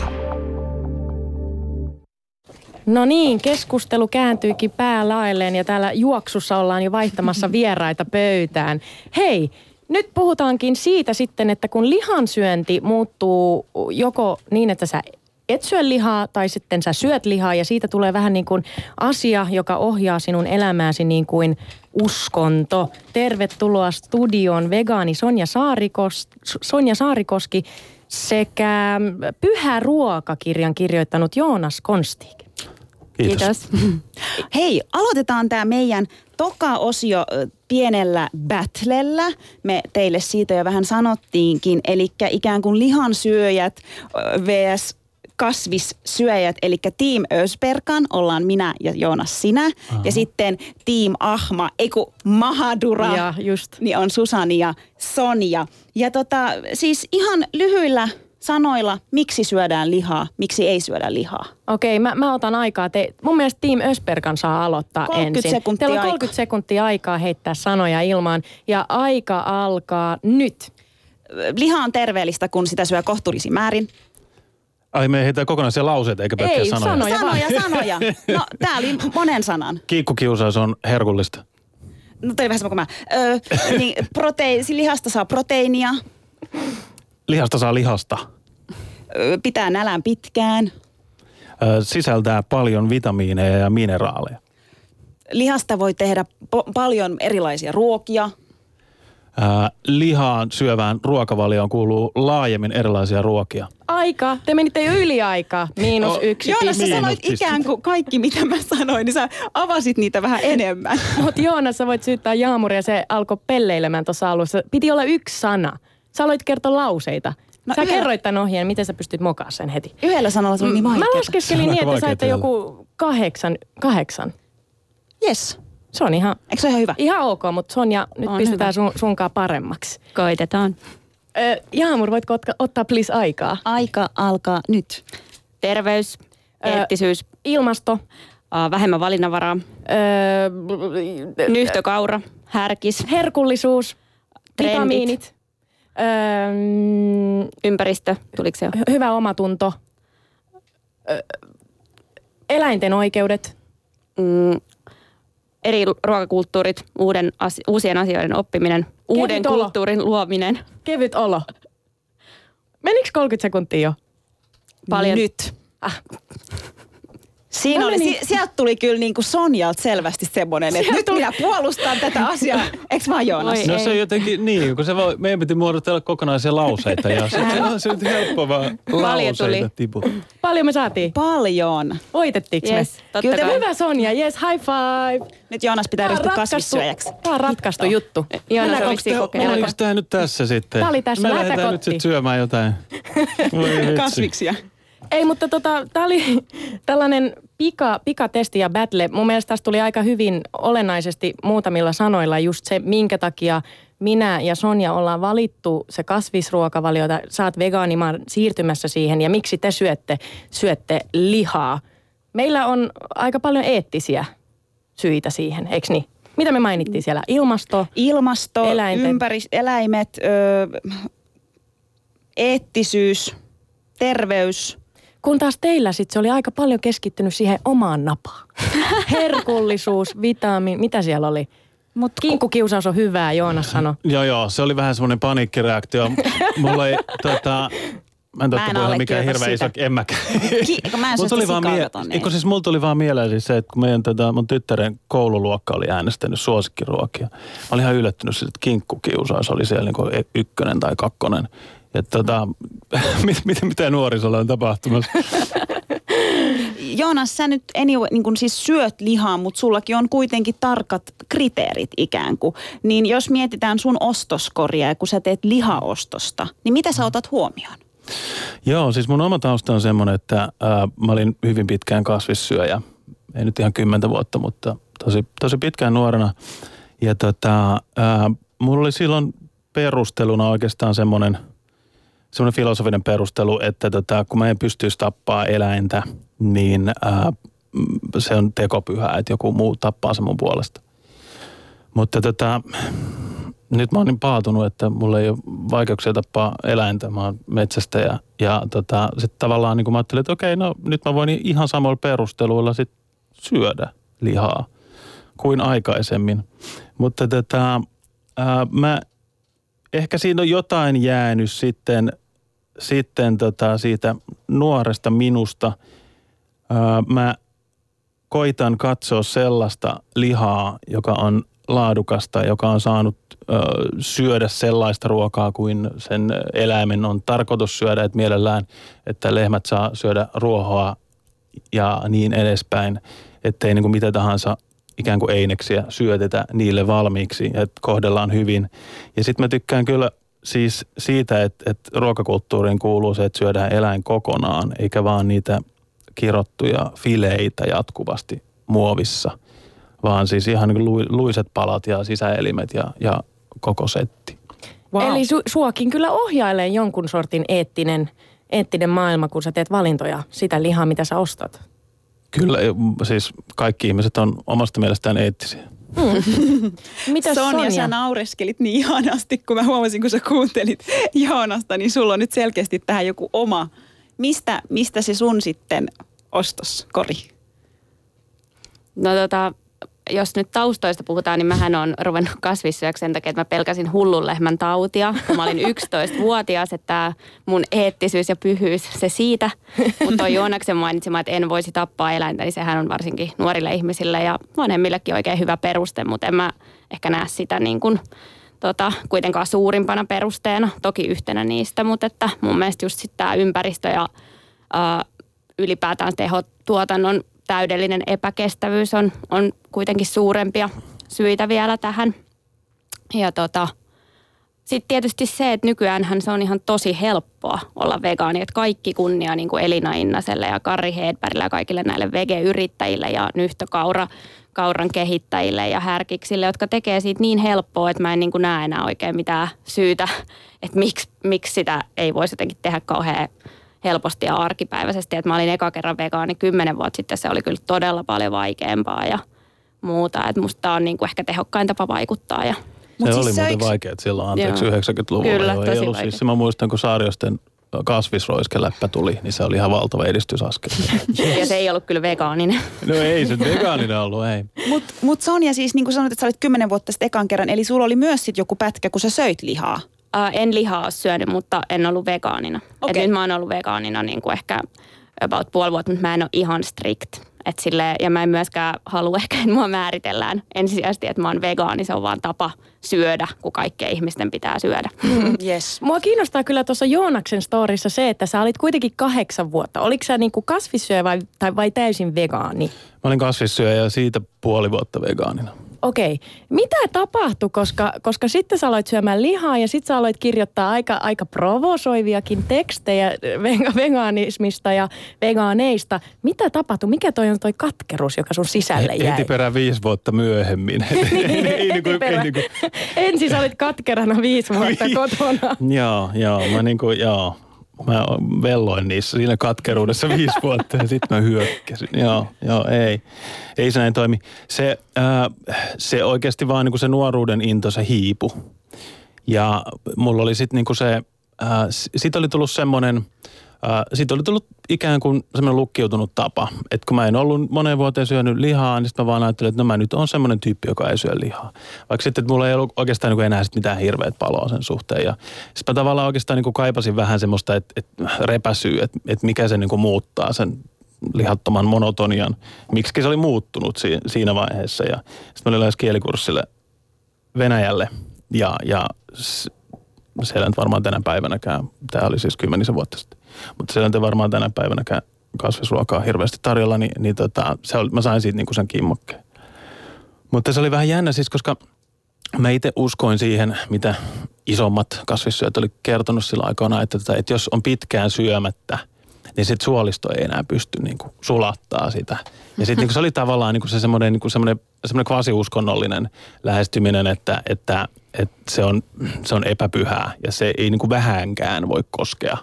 Speaker 2: No niin, keskustelu kääntyykin päälailleen ja täällä juoksussa ollaan jo vaihtamassa vieraita pöytään. Hei, nyt puhutaankin siitä sitten, että kun lihansyönti muuttuu joko niin, että sä et syö lihaa tai sitten sä syöt lihaa ja siitä tulee vähän niin kuin asia, joka ohjaa sinun elämääsi niin kuin uskonto. Tervetuloa studioon vegaani Sonja Saarikoski sekä Pyhä ruokakirjan kirjoittanut Joonas Konstig.
Speaker 1: Kiitos. Hei, aloitetaan tämä meidän toka osio pienellä battlella. Me teille siitä jo vähän sanottiinkin, eli ikään kuin lihansyöjät vs. kasvissyöjät, eli Team Ösberkan, ollaan minä ja Joonas sinä. Aha. Ja sitten Team Ahma, Mahadura,
Speaker 2: ja just.
Speaker 1: Niin on Susani ja Sonja. Ja siis ihan lyhyillä sanoilla, miksi syödään lihaa, miksi ei syödä lihaa.
Speaker 2: Okei, mä otan aikaa. Mun mielestä Team Ösberkan saa aloittaa
Speaker 1: 30
Speaker 2: ensin.
Speaker 1: Sekuntia
Speaker 2: Teillä on 30 sekuntia aikaa heittää sanoja ilmaan ja aika alkaa nyt.
Speaker 1: Liha on terveellistä, kun sitä syö kohtuullisin määrin.
Speaker 7: Ai me heitään kokonaisia lauseita eikä pelkkiä sanoja.
Speaker 1: Sanoja. No tää oli monen sanan.
Speaker 7: Kiikkukiusaus on herkullista.
Speaker 1: No toi vähän sama kuin mä. Niin lihasta saa proteiinia.
Speaker 7: Lihasta saa lihasta.
Speaker 1: Pitää nälän pitkään.
Speaker 7: Sisältää paljon vitamiineja ja mineraaleja.
Speaker 1: Lihasta voi tehdä paljon erilaisia ruokia.
Speaker 7: Lihaan syövään ruokavalioon kuuluu laajemmin erilaisia ruokia.
Speaker 2: Aika. Te menitte jo yli aikaa. -1
Speaker 1: Joonas, sä
Speaker 2: piste.
Speaker 1: sanoit ikään kuin kaikki, mitä mä sanoin, niin sä avasit niitä vähän enemmän.
Speaker 2: Mutta Joonas, sä voit syyttää Jaamuria, se alkoi pelleilemään tuossa alussa. Piti olla yksi sana. Sä aloit kertoa lauseita. Sä kerroit tämän ohjeen, miten sä pystyt mokaa sen heti.
Speaker 1: Yhdellä sanalla se on niin vaikeaa.
Speaker 2: Mä laskeskelin niin, että saitte joku 8.
Speaker 1: Yes.
Speaker 2: Se on ihan...
Speaker 1: Eikö se ole ihan hyvä?
Speaker 2: Ihan ok, mutta Sonja, nyt
Speaker 5: On
Speaker 2: pistetään sunkaan paremmaksi.
Speaker 5: Koitetaan.
Speaker 2: Jaamur, voitko ottaa please aikaa?
Speaker 1: Aika alkaa nyt.
Speaker 5: Terveys, eettisyys,
Speaker 2: Ilmasto.
Speaker 5: vähemmän valinnanvaraa, nyhtökaura, härkis,
Speaker 2: Herkullisuus.
Speaker 5: Trendit.
Speaker 2: Vitamiinit.
Speaker 5: ympäristö, tuliko se jo?
Speaker 2: Hyvä omatunto. Eläinten oikeudet.
Speaker 5: Eri ruokakulttuurit, uusien asioiden oppiminen, uuden
Speaker 2: olo.
Speaker 5: kulttuurin luominen.
Speaker 2: Kevyt olo. Menikö 30 sekuntia jo?
Speaker 5: Paljon.
Speaker 1: Nyt. Siinä oli, sieltä tuli kyllä niin kuin Sonjalta selvästi semmoinen, että nyt minä puolustan tätä asiaa. Eikö vaan Joonas?
Speaker 7: No se on jotenkin niin, kun meidän piti muodotella kokonaisia lauseita ja se on helppoa vaan lauseita tiputtaa.
Speaker 2: Paljon me saatiin.
Speaker 1: Paljon.
Speaker 2: Voitettiinko me?
Speaker 5: Yes, totta kai.
Speaker 2: Hyvä Sonja, yes, high five.
Speaker 1: Nyt Joonas pitää ryhtyä kasvissyöjäksi.
Speaker 2: Tämä on ratkaistu juttu.
Speaker 5: Joonas on vissiin kokeillut.
Speaker 7: Oliko tämä nyt tässä sitten?
Speaker 2: Tämä oli tässä,
Speaker 7: Me
Speaker 2: lähetä
Speaker 7: lähdetään nyt
Speaker 2: kotiin.
Speaker 7: sitten syömään jotain.
Speaker 1: Kasviksia.
Speaker 2: Ei, mutta tämä oli tällainen pikatesti ja battle. Mun mielestä tästä tuli aika hyvin olennaisesti muutamilla sanoilla just se, minkä takia minä ja Sonja ollaan valittu se kasvisruokavalio. Sä oot vegaani, mä oon siirtymässä siihen ja miksi te syötte lihaa. Meillä on aika paljon eettisiä syitä siihen, eikö niin? Mitä me mainittiin siellä? Ilmasto,
Speaker 1: eläimet, eettisyys, terveys.
Speaker 2: Kun taas teillä sitten se oli aika paljon keskittynyt siihen omaan napaan. Herkullisuus, vitamiini, mitä siellä oli? Kinkkukiusaus on hyvää, Joonas sanoi.
Speaker 7: Joo, se oli vähän semmoinen paniikkireaktio. Mulla ei mä en totta puhua mikään hirveän iso, en mäkään.
Speaker 1: Mä en syöstä sikaakaan.
Speaker 7: Siis mulla tuli vaan mieleen siis se, että kun mun tyttären koululuokka oli äänestänyt suosikkiruokia. Mä olin ihan yllättynyt siitä, että kinkkukiusaus oli siellä niin 1 tai 2. Että mitä nuorisolla on tapahtumassa?
Speaker 1: Joonas, sä nyt niin kun siis syöt lihaa, mutta sullakin on kuitenkin tarkat kriteerit ikään kuin. Niin jos mietitään sun ostoskoria ja kun sä teet lihaostosta, niin mitä sä otat huomioon?
Speaker 7: Joo, siis mun oma tausta on semmoinen, että mä olin hyvin pitkään kasvissyöjä. Ei nyt ihan 10 vuotta, mutta tosi pitkään nuorena. Ja mulla oli silloin perusteluna oikeastaan semmoinen filosofinen perustelu, että kun mä en pystyisi tappaa eläintä, niin se on tekopyhää, että joku muu tappaa sen mun puolesta. Mutta nyt mä oon niin paatunut, että mulla ei ole vaikeuksia tappaa eläintä. Mä oon metsästäjä ja sitten tavallaan niin kun mä ajattelin, että okei, no nyt mä voin ihan samoilla perusteluilla sit syödä lihaa kuin aikaisemmin. Mutta ehkä siinä on jotain jäänyt sitten siitä nuoresta minusta. Mä koitan katsoa sellaista lihaa, joka on laadukasta, joka on saanut syödä sellaista ruokaa kuin sen eläimen on tarkoitus syödä, että mielellään, että lehmät saa syödä ruohoa ja niin edespäin, ettei niin kuin mitä tahansa ikään kuin eineksiä syötetä niille valmiiksi, että kohdellaan hyvin. Ja sitten mä tykkään kyllä siis siitä, että ruokakulttuuriin kuuluu se, että syödään eläin kokonaan, eikä vaan niitä kirottuja fileitä jatkuvasti muovissa, vaan siis ihan niin kuin luiset palat ja sisäelimet ja koko setti.
Speaker 2: Wow. Eli suakin kyllä ohjailee jonkun sortin eettinen maailma, kun sä teet valintoja sitä lihaa, mitä sä ostat.
Speaker 7: Kyllä, siis kaikki ihmiset on omasta mielestään eettisiä.
Speaker 2: Mitäs Sonja?
Speaker 1: Sä naureskelit niin ihanasti, kun mä huomasin, kun sä kuuntelit Joonasta, niin sulla on nyt selkeästi tähän joku oma. Mistä se sun sitten ostoskori?
Speaker 5: No
Speaker 8: jos nyt taustoista puhutaan, niin mähän on ruvennut kasvissyöksi sen takia, että mä pelkäsin hullun lehmän tautia. Mä olin 11-vuotias, että mun eettisyys ja pyhyys, se siitä. Mutta toi Joonaksen mainitsema, että en voisi tappaa eläintä, niin sehän on varsinkin nuorille ihmisille ja vanhemmillekin oikein hyvä peruste, mutta en mä ehkä näe sitä niin kuin kuitenkaan suurimpana perusteena, toki yhtenä niistä, mutta että mun mielestä just sitten tämä ympäristö ja ylipäätään tehotuotannon täydellinen epäkestävyys on kuitenkin suurempia syitä vielä tähän. Ja sitten tietysti se, että nykyäänhän se on ihan tosi helppoa olla vegaani, että kaikki kunnia niin kuin Elina Innaselle ja Kari Hedbergille ja kaikille näille vege-yrittäjille ja nyhtökauran kehittäjille ja härkiksille, jotka tekee siitä niin helppoa, että mä en niin kuin näe enää oikein mitään syytä, että miksi sitä ei voisi jotenkin tehdä kauhean helposti ja arkipäiväisesti. Että mä olin eka kerran vegaani 10 vuotta sitten, se oli kyllä todella paljon vaikeampaa ja muuta. Että musta on niin kuin ehkä tehokkain tapa vaikuttaa.
Speaker 7: Se oli muuten vaikeaa silloin, anteeksi, 90-luvulla.
Speaker 8: Kyllä,
Speaker 7: ei ollut siis, mä muistan, kun Saariosten kasvisroiskeläppä tuli, niin se oli ihan valtava edistysaskel.
Speaker 8: Ja se ei ollut kyllä vegaaninen.
Speaker 7: No ei se vegaaninen ollut, ei.
Speaker 1: Mut Sonja siis, niin kuin sanoit, että sä olit 10 vuotta sitten ekan kerran, eli sulla oli myös sit joku pätkä, kun sä söit lihaa.
Speaker 8: En lihaa ole syönyt, mutta en ollut vegaanina.
Speaker 1: Okay.
Speaker 8: Nyt mä oon ollut vegaanina niin kuin ehkä about puoli vuotta, mutta mä en ole ihan strict. Ja mä en myöskään halua ehkä, että mua määritellään ensisijaisesti, että mä oon vegaani. Se on vaan tapa syödä, kun kaikkien ihmisten pitää syödä.
Speaker 1: Yes.
Speaker 2: Mua kiinnostaa kyllä tuossa Joonaksen storissa se, että sä olit kuitenkin 8 vuotta. Oliko sä niinku kasvissyöjä vai täysin vegaani? Mä
Speaker 7: olin kasvissyöjä ja siitä puoli vuotta vegaanina.
Speaker 2: Okei. Mitä tapahtui, koska sitten sä aloit syömään lihaa ja sitten sä aloit kirjoittaa aika provosoiviakin tekstejä vegaanismista ja vegaaneista. Mitä tapahtui? Mikä on toi katkeruus, joka sun sisälle jäi?
Speaker 7: Heti perään 5 vuotta myöhemmin.
Speaker 2: Ensin sä olit katkerana 5 vuotta kotona.
Speaker 7: Joo. Mä velloin niissä siinä katkeruudessa 5 vuotta ja sitten mä hyökkäsin. Ei se näin toimi. Se oikeasti vaan niinku se nuoruuden into, se hiipu. Ja mulla oli sitten niinku sit oli tullut semmoinen, siitä oli tullut ikään kuin semmoinen lukkiutunut tapa. Että kun mä en ollut moneen vuoteen syönyt lihaa, niin sitten mä vaan ajattelin, että no mä nyt on semmoinen tyyppi, joka ei syö lihaa. Vaikka sitten, että mulla ei ollut oikeastaan niin kuin enää sit mitään hirveät paloa sen suhteen. Ja sitten mä tavallaan oikeastaan niin kuin kaipasin vähän semmoista, että repäsyy, että mikä se niin kuin muuttaa sen lihattoman monotonian. Miksi se oli muuttunut siinä vaiheessa. Ja sitten mä olin lähes kielikurssille Venäjälle ja siellä nyt varmaan tänä päivänäkään, tämä oli siis 10 vuotta sitten, mutta siellä nyt varmaan tänä päivänäkään kasvisruokaa hirveästi tarjolla, mä sain siitä niinku sen kimmokkeen. Mutta se oli vähän jännä siis, koska mä itse uskoin siihen, mitä isommat kasvissyöt oli kertonut sillä aikana, että jos on pitkään syömättä, niin sitten suolisto ei enää pysty niinku sulattaa sitä. Ja sitten niinku se oli tavallaan niinku se semmoinen kvasi-uskonnollinen lähestyminen, että se on epäpyhää ja se ei niinku vähänkään voi koskea.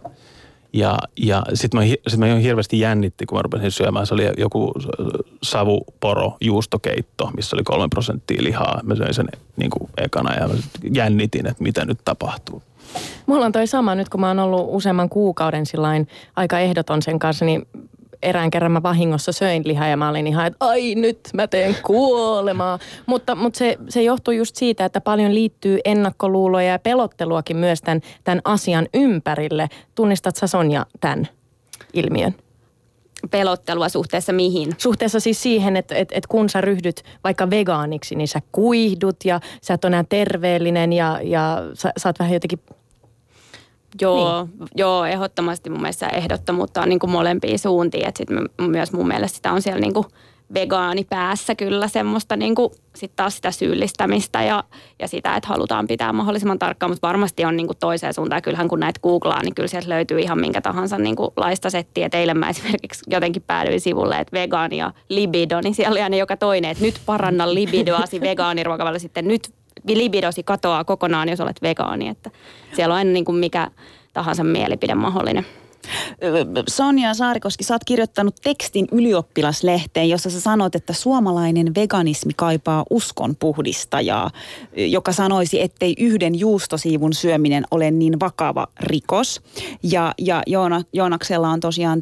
Speaker 7: Ja sitten mä hirveästi jännitti, kun mä rupesin syömään. Se oli joku savuporo juustokeitto, missä oli 3% lihaa. Mä söin sen niinku ekana ja jännitin, että mitä nyt tapahtuu.
Speaker 2: Mulla on toi sama nyt, kun mä oon ollut useamman kuukauden sillain aika ehdoton sen kanssa, niin erään kerran mä vahingossa söin lihaa ja mä olin ihan, että ai nyt mä teen kuolemaa. Mutta se johtuu just siitä, että paljon liittyy ennakkoluuloja ja pelotteluakin myös tämän asian ympärille. Tunnistat sä, Sonja, tämän ilmiön?
Speaker 8: Pelottelua suhteessa mihin?
Speaker 2: Suhteessa siis siihen, että kun sä ryhdyt vaikka vegaaniksi, niin sä kuihdut ja sä et ole enää terveellinen ja sä oot vähän jotenkin...
Speaker 8: Joo, ehdottomasti mun mielestä ehdottomuutta on niin kuin molempiin suuntiin. Että sitten myös mun mielestä sitä on siellä niin kuin vegaanipäässä kyllä semmoista niin kuin sit taas sitä syyllistämistä ja sitä, että halutaan pitää mahdollisimman tarkkaan. Mutta varmasti on niin kuin toiseen suuntaan. Ja kyllähän kun näitä googlaa, niin kyllä sieltä löytyy ihan minkä tahansa niin kuin laista settiä. Eilen mä esimerkiksi jotenkin päädyin sivulle, että vegaani ja libido, niin siellä oli aina joka toinen, että nyt paranna libidoasi vegaaniruokavalla sitten nyt libidosi katoaa kokonaan, jos olet vegaani. Että siellä on aina niin kuin mikä tahansa mielipide mahdollinen.
Speaker 1: Sonja Saarikoski, sä oot kirjoittanut tekstin Ylioppilaslehteen, jossa sä sanot, että suomalainen veganismi kaipaa uskonpuhdistajaa, joka sanoisi, ettei yhden juustosiivun syöminen ole niin vakava rikos. Ja Joonaksella on tosiaan tämä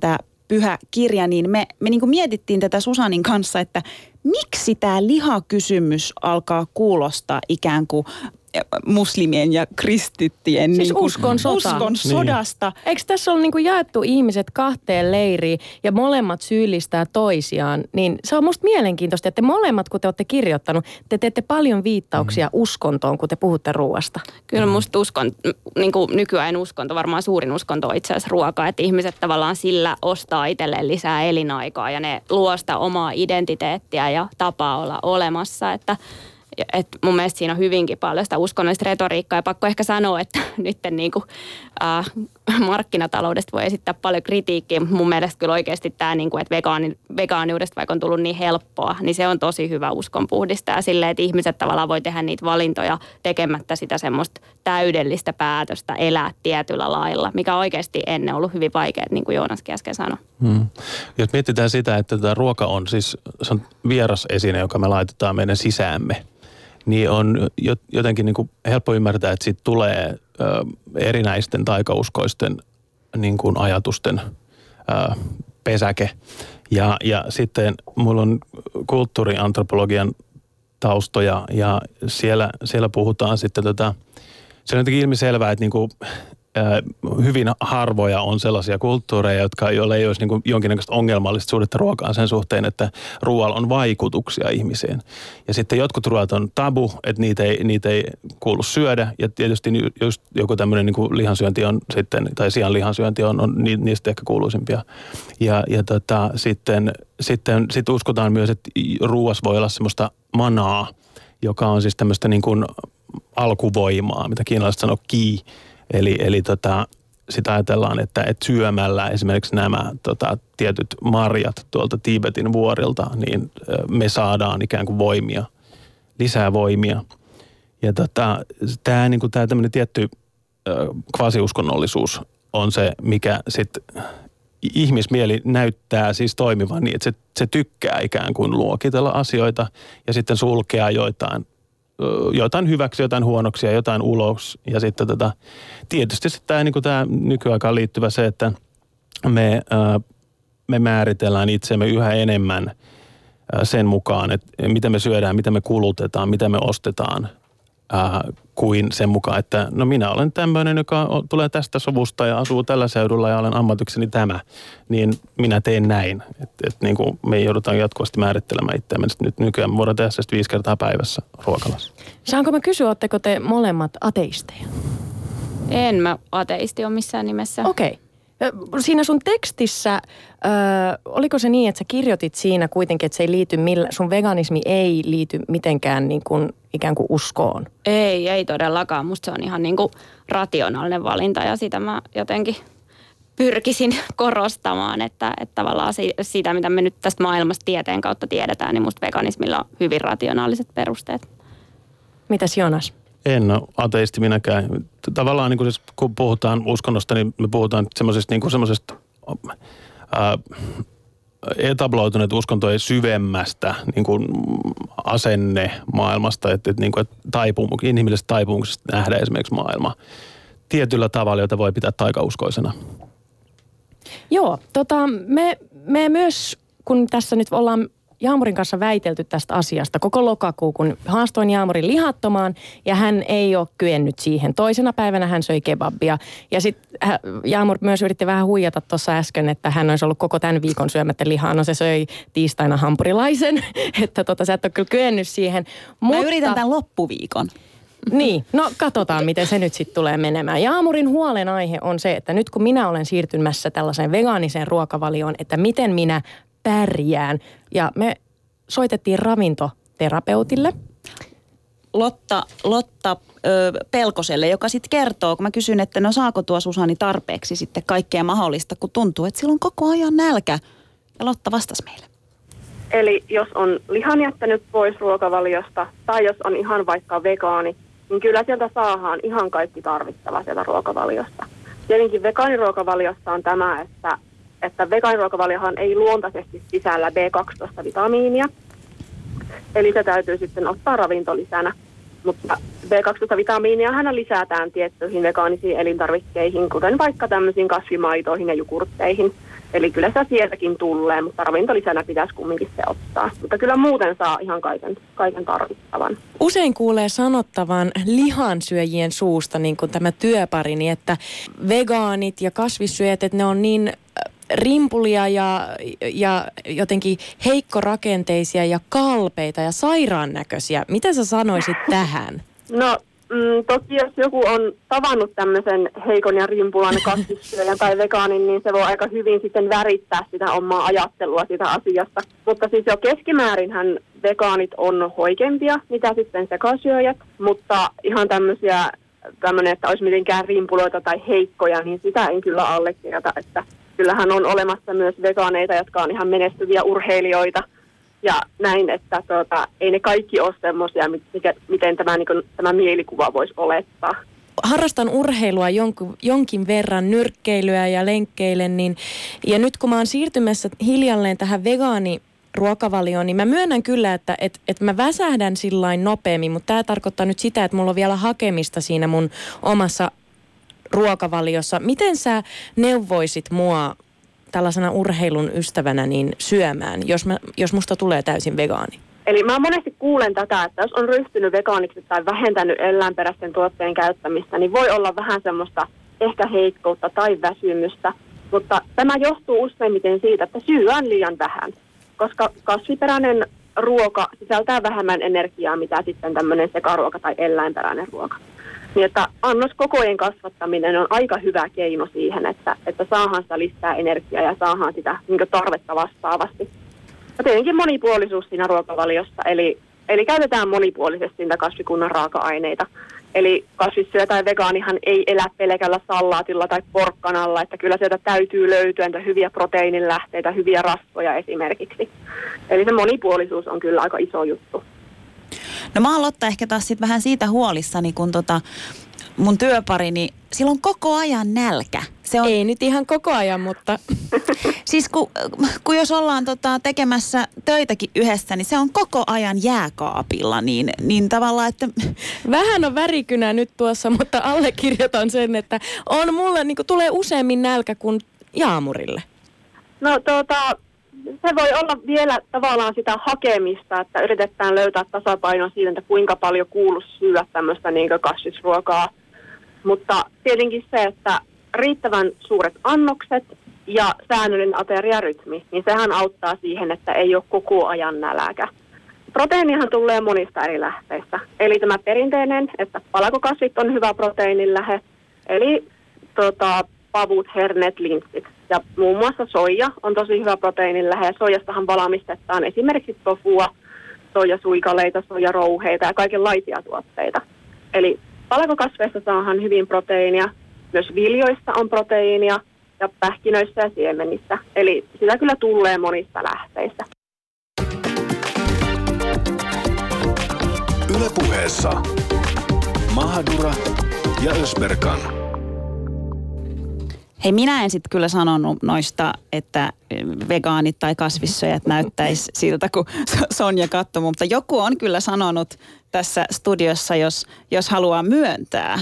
Speaker 1: pyhä kirja, niin me niin kuin mietittiin tätä Susanin kanssa, että miksi tämä lihakysymys alkaa kuulostaa ikään kuin muslimien ja kristittyjen
Speaker 2: siis
Speaker 1: niin kuin
Speaker 2: uskon
Speaker 1: sodasta.
Speaker 2: Niin. Eikö tässä ole niin kuin jaettu ihmiset kahteen leiriin ja molemmat syyllistää toisiaan? Niin se on musta mielenkiintoista, että te molemmat, kun te olette kirjoittanut, te teette paljon viittauksia uskontoon, kun te puhutte ruoasta.
Speaker 8: Kyllä musta niin kuin nykyään uskonto, varmaan suurin uskonto on itse asiassa ruoka, että ihmiset tavallaan sillä ostaa itselleen lisää elinaikaa ja ne luo sitä omaa identiteettiä ja tapaa olla olemassa, että mun mielestä siinä on hyvinkin paljon sitä uskonnollista retoriikkaa ja pakko ehkä sanoa, että nyt niin kuin, markkinataloudesta voi esittää paljon kritiikkiä, mutta mun mielestä kyllä oikeasti tämä, niin kuin, että vegaaniudesta vaikka on tullut niin helppoa, niin se on tosi hyvä uskonpuhdistaja silleen, että ihmiset tavallaan voi tehdä niitä valintoja tekemättä sitä semmoista täydellistä päätöstä elää tietyllä lailla, mikä oikeasti ennen ollut hyvin vaikeaa, niin kuin Joonaskin äsken sanoi.
Speaker 7: Jos mietitään sitä, että tämä ruoka on siis se on vieras esine, joka me laitetaan meidän sisäämme, niin on jotenkin niin kuin helppo ymmärtää, että siitä tulee erinäisten taikauskoisten niin kuin ajatusten pesäke. Ja sitten mulla on kulttuuriantropologian taustoja ja siellä puhutaan sitten se on jotenkin ilmiselvää, että niin kuin, hyvin harvoja on sellaisia kulttuureja, joilla ei olisi niin kuin jonkinnäköistä ongelmallista suhdetta ruokaan sen suhteen, että ruoalla on vaikutuksia ihmiseen. Ja sitten jotkut ruoat on tabu, että niitä ei kuulu syödä. Ja tietysti just joku tämmöinen niin kuin lihansyönti on sitten, tai sian lihansyönti on niistä ehkä kuuluisimpia. Ja sitten uskotaan myös, että ruuassa voi olla semmoista manaa, joka on siis tämmöistä niin kuin alkuvoimaa, mitä kiinalaiset sanoo ki. Eli sitä ajatellaan, että syömällä esimerkiksi nämä tietyt marjat tuolta Tiibetin vuorilta, niin me saadaan ikään kuin voimia, lisää voimia. Ja tämä niin kuin tämmöinen tietty kvasiuskonnollisuus on se, mikä sitten ihmismieli näyttää siis toimivan niin, että se tykkää ikään kuin luokitella asioita ja sitten sulkea jotain hyväksi, jotain huonoksi ja jotain ulos. Ja sitten tietysti tämä niin tämä nykyaikaan liittyvä se, että me määritellään itsemme yhä enemmän sen mukaan, että mitä me syödään, mitä me kulutetaan, mitä me ostetaan, kuin sen mukaan, että no minä olen tämmöinen, joka tulee tästä sovusta ja asuu tällä seudulla ja olen ammatikseni tämä, niin minä teen näin. Että niin kuin me joudutaan jatkuvasti määrittelemään itseämme. Nyt nykyään me voidaan tehdä 5 kertaa päivässä ruokalassa.
Speaker 2: Saanko mä kysyä, ootteko te molemmat ateisteja?
Speaker 8: En mä ateisti ole missään nimessä.
Speaker 2: Okei. Siinä sun tekstissä, oliko se niin, että sä kirjoitit siinä kuitenkin, että se ei liity sun veganismi ei liity mitenkään niin kuin ikään kuin uskoon?
Speaker 8: Ei todellakaan. Musta se on ihan niin kuin rationaalinen valinta ja sitä mä jotenkin pyrkisin korostamaan, että tavallaan sitä, mitä me nyt tästä maailmasta tieteen kautta tiedetään, niin musta veganismilla on hyvin rationaaliset perusteet.
Speaker 2: Mitäs Joonas?
Speaker 7: En ole ateisti minäkään. Tavallaan niin kuin siis, kun puhutaan uskonnosta, niin me puhutaan semmoisesta niin etabloituneet uskontojen syvemmästä niin kuin asennemaailmasta, että inhimillisestä taipumuksesta nähdä esimerkiksi maailma tietyllä tavalla, jota voi pitää taikauskoisena.
Speaker 2: Joo, me myös, kun tässä nyt ollaan Jaamurin kanssa väitelty tästä asiasta koko lokakuu, kun haastoin Jaamurin lihattomaan ja hän ei ole kyennyt siihen. Toisena päivänä hän söi kebabia ja sitten Jaamur myös yritti vähän huijata tuossa äsken, että hän olisi ollut koko tämän viikon syömättä lihaa. No se söi tiistaina hampurilaisen, että sä et ole kyllä kyennyt siihen.
Speaker 1: Mä yritän tämän loppuviikon.
Speaker 2: Niin, no katsotaan miten se nyt sitten tulee menemään. Jaamurin huolenaihe on se, että nyt kun minä olen siirtymässä tällaiseen vegaaniseen ruokavalioon, että miten minä pärjään. Ja me soitettiin ravintoterapeutille.
Speaker 1: Lotta Pelkoselle, joka sitten kertoo, kun mä kysyn, että no saako tuo Susani tarpeeksi sitten kaikkea mahdollista, kun tuntuu, että sillä on koko ajan nälkä. Ja Lotta vastasi meille.
Speaker 9: Eli jos on lihan jättänyt pois ruokavaliosta tai jos on ihan vaikka vegaani, niin kyllä sieltä saadaan ihan kaikki tarvittava sieltä ruokavaliosta. Tietenkin vegaaniruokavaliossa on tämä, että vegaaniruokavaliohan ei luontaisesti sisällä B12-vitamiinia. Eli se täytyy sitten ottaa ravintolisänä. Mutta B12-vitamiinia hän lisätään tiettyihin vegaanisiin elintarvikkeihin, kuten vaikka tämmöisiin kasvimaitoihin ja jogurtteihin. Eli kyllä sitä sieltäkin tulee, mutta ravintolisänä pitäisi kumminkin se ottaa. Mutta kyllä muuten saa ihan kaiken tarvittavan.
Speaker 2: Usein kuulee sanottavan lihansyöjien suusta, niin kuin tämä työparini, että vegaanit ja kasvissyöjät, että ne on niin rimpulia ja jotenkin heikkorakenteisia ja kalpeita ja sairaan näköisiä. Mitä sä sanoisit tähän?
Speaker 9: No toki jos joku on tavannut tämmöisen heikon ja rimpulan kasvissyöjän tai vegaanin, niin se voi aika hyvin sitten värittää sitä omaa ajattelua sitä asiasta. Mutta siis jo keskimäärinhän vegaanit on hoikempia, mitä sitten sekasyöjät, mutta ihan tämmöinen, että olisi mitenkään rimpuloita tai heikkoja, niin sitä en kyllä allekirjoita, että kyllähän on olemassa myös vegaaneita, jotka on ihan menestyviä urheilijoita ja näin, että ei ne kaikki ole semmoisia, miten tämä mielikuva voisi olettaa.
Speaker 2: Harrastan urheilua jonkin verran, nyrkkeilyä ja lenkkeilen, ja nyt kun mä oon siirtymässä hiljalleen tähän vegaaniruokavalioon, niin mä myönnän kyllä, että mä väsähdän sillain nopeammin, mutta tämä tarkoittaa nyt sitä, että mulla on vielä hakemista siinä mun omassa ruokavaliossa. Miten sä neuvoisit mua tällaisena urheilun ystävänä niin syömään, jos musta tulee täysin vegaani?
Speaker 9: Eli mä monesti kuulen tätä, että jos on ryhtynyt vegaaniksi tai vähentänyt eläinperäisten tuotteen käyttämistä, niin voi olla vähän semmoista ehkä heikkoutta tai väsymystä. Mutta tämä johtuu useimmiten siitä, että syödään liian vähän, koska kasviperäinen ruoka sisältää vähemmän energiaa, mitä sitten tämmöinen sekaruoka tai eläinperäinen ruoka. Niin että annoskokojen kasvattaminen on aika hyvä keino siihen, että saadaan sitä lisää energiaa ja saadaan sitä niin tarvetta vastaavasti. Ja tietenkin monipuolisuus siinä ruokavaliossa, eli käytetään monipuolisesti niitä kasvikunnan raaka-aineita. Eli kasvissyöjä tai vegaanihan ei elä pelkällä salaatilla tai porkkanalla, että kyllä sieltä täytyy löytyä niitä hyviä proteiinilähteitä, hyviä rasvoja esimerkiksi. Eli se monipuolisuus on kyllä aika iso juttu.
Speaker 1: No mä oon Lotta ehkä taas sit vähän siitä huolissani, kun mun työparini, sillä on koko ajan nälkä. Se on...
Speaker 2: Ei nyt ihan koko ajan, mutta...
Speaker 1: Siis kun jos ollaan tekemässä töitäkin yhdessä, niin se on koko ajan jääkaapilla, niin tavallaan, että...
Speaker 2: Vähän on värikynä nyt tuossa, mutta allekirjoitan sen, että on mulle niin kuin tulee useammin nälkä kuin Jaamurille.
Speaker 9: No se voi olla vielä tavallaan sitä hakemista, että yritetään löytää tasapainoa siitä, että kuinka paljon kuuluisi syödä tämmöistä niin kuin kasvisruokaa. Mutta tietenkin se, että riittävän suuret annokset ja säännöllinen ateriarytmi, niin sehän auttaa siihen, että ei ole koko ajan nälkä. Proteiinihan tulee monista eri lähteistä. Eli tämä perinteinen, että palkokasvit on hyvä proteiinilähe, eli pavut, herneet, linssit. Ja muun muassa soija on tosi hyvä proteiinilähe, ja soijastahan valmistetaan esimerkiksi tofua, soijasuikaleita, soijarouheita ja kaikenlaisia tuotteita. Eli palkokasveista saadaan hyvin proteiinia, myös viljoista on proteiinia ja pähkinöissä ja siemenissä. Eli sitä kyllä tulee monista lähteistä.
Speaker 3: Yle Puheessa Mahadura ja Ösberkan.
Speaker 1: Hei, minä en sitten kyllä sanonut noista, että vegaanit tai kasvissyöjät näyttäisi siltä, kun Sonja katsoi, mutta joku on kyllä sanonut tässä studiossa, jos haluaa myöntää.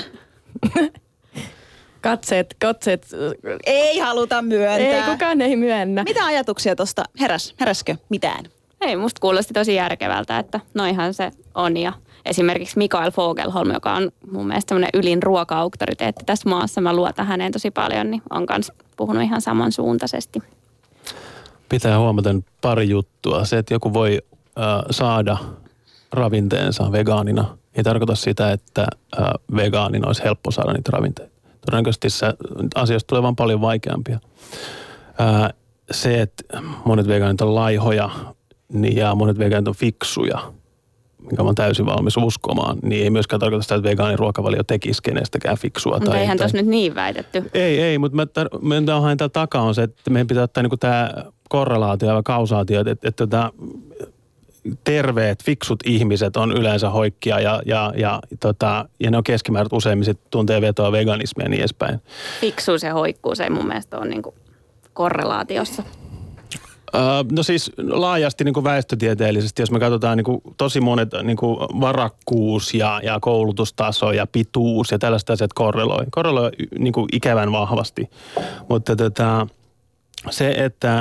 Speaker 2: Katseet.
Speaker 1: Ei haluta myöntää.
Speaker 2: Ei, kukaan ei myönnä.
Speaker 1: Mitä ajatuksia tuosta heräskö mitään?
Speaker 8: Ei, musta kuulosti tosi järkevältä, että noihan se on. Ja esimerkiksi Mikael Fogelholm, joka on mun mielestä semmoinen ylin ruoka-auktoriteetti tässä maassa, mä luotan häneen tosi paljon, niin on kanssa puhunut ihan samansuuntaisesti.
Speaker 7: Pitää huomata pari juttua. Se, että joku voi saada ravinteensa vegaanina, ei tarkoita sitä, että vegaanina olisi helppo saada niitä ravinteita. Todennäköisesti asiasta tulee vaan paljon vaikeampia. Se, että monet vegaanit on laihoja ja monet vegaanit on fiksuja, minkä mä oon täysin valmis uskomaan, niin ei myöskään tarkoita sitä, että vegaaniruokavalio tekisi kenestäkään fiksua.
Speaker 8: Mutta eihän tuossa nyt niin väitetty.
Speaker 7: Ei, mutta meidän haen täällä takaa on se, että meidän pitää ottaa niinku tämä korrelaatio ja kausaatio, että terveet, fiksut ihmiset on yleensä hoikkia ja ne on keskimäärin useimmin tuntee vetoa veganismia ja niin edespäin.
Speaker 8: Fiksuus ja hoikkuus ei mun mielestä ole niinku korrelaatiossa.
Speaker 7: No siis laajasti niin kuin väestötieteellisesti, jos me katsotaan niin kuin tosi monet niin kuin varakkuus ja koulutustaso ja pituus ja tällaiset asiat korreloi niin kuin ikävän vahvasti. Mutta se, että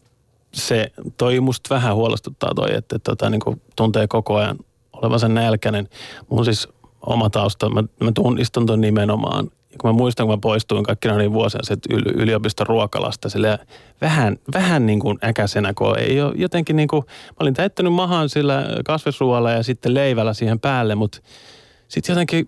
Speaker 7: toi musta vähän huolestuttaa että niin kuin tuntee koko ajan olevansa nälkäinen. Mun siis oma tausta, mä tunnistan ton nimenomaan. Ja kun mä muistan, kun mä poistuin kaikkina niin vuosina yliopiston ruokalasta, silleen vähän niin kuin äkäisenä, kun ei ole jotenkin niin kuin, mä olin täyttänyt mahan sillä kasvisruoalla ja sitten leivällä siihen päälle, mutta sitten jotenkin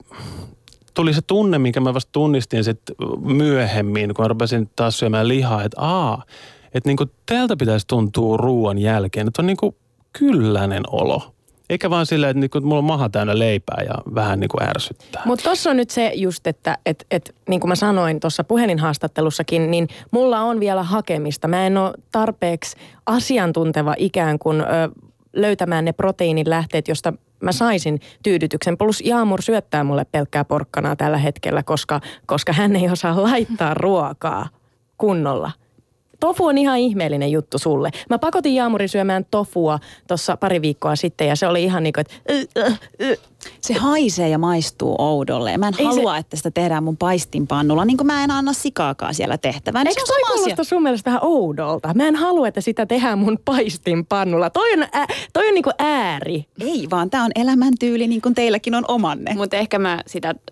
Speaker 7: tuli se tunne, minkä mä vasta tunnistin sitten myöhemmin, kun mä rupesin taas syömään lihaa, että että niin kuin tältä pitäisi tuntua ruoan jälkeen, että on niin kuin kylläinen olo. Eikä vaan silleen, että mulla on maha täynnä leipää ja vähän niin kuin ärsyttää.
Speaker 2: Mutta tossa on nyt se just, että niin kuin mä sanoin tuossa puhelinhaastattelussakin, niin mulla on vielä hakemista. Mä en ole tarpeeksi asiantunteva ikään kuin löytämään ne proteiinin lähteet, josta mä saisin tyydytyksen. Plus Jaamur syöttää mulle pelkkää porkkanaa tällä hetkellä, koska hän ei osaa laittaa ruokaa kunnolla. Tofu on ihan ihmeellinen juttu sulle. Mä pakotin Jaamurin syömään tofua tuossa pari viikkoa sitten ja se oli ihan niin kuin, että
Speaker 1: Se haisee ja maistuu oudolle. Mä en halua, että sitä tehdään mun paistinpannulla, niin kuin mä en anna sikaakaan siellä tehtävään.
Speaker 2: Eikö toi kuulosta sun mielestä vähän oudolta? Mä en halua, että sitä tehdään mun paistinpannulla. Toi on niin kuin ääri.
Speaker 1: Ei vaan, tää on elämäntyyli niin kuin teilläkin on omanne.
Speaker 8: Mutta ehkä mä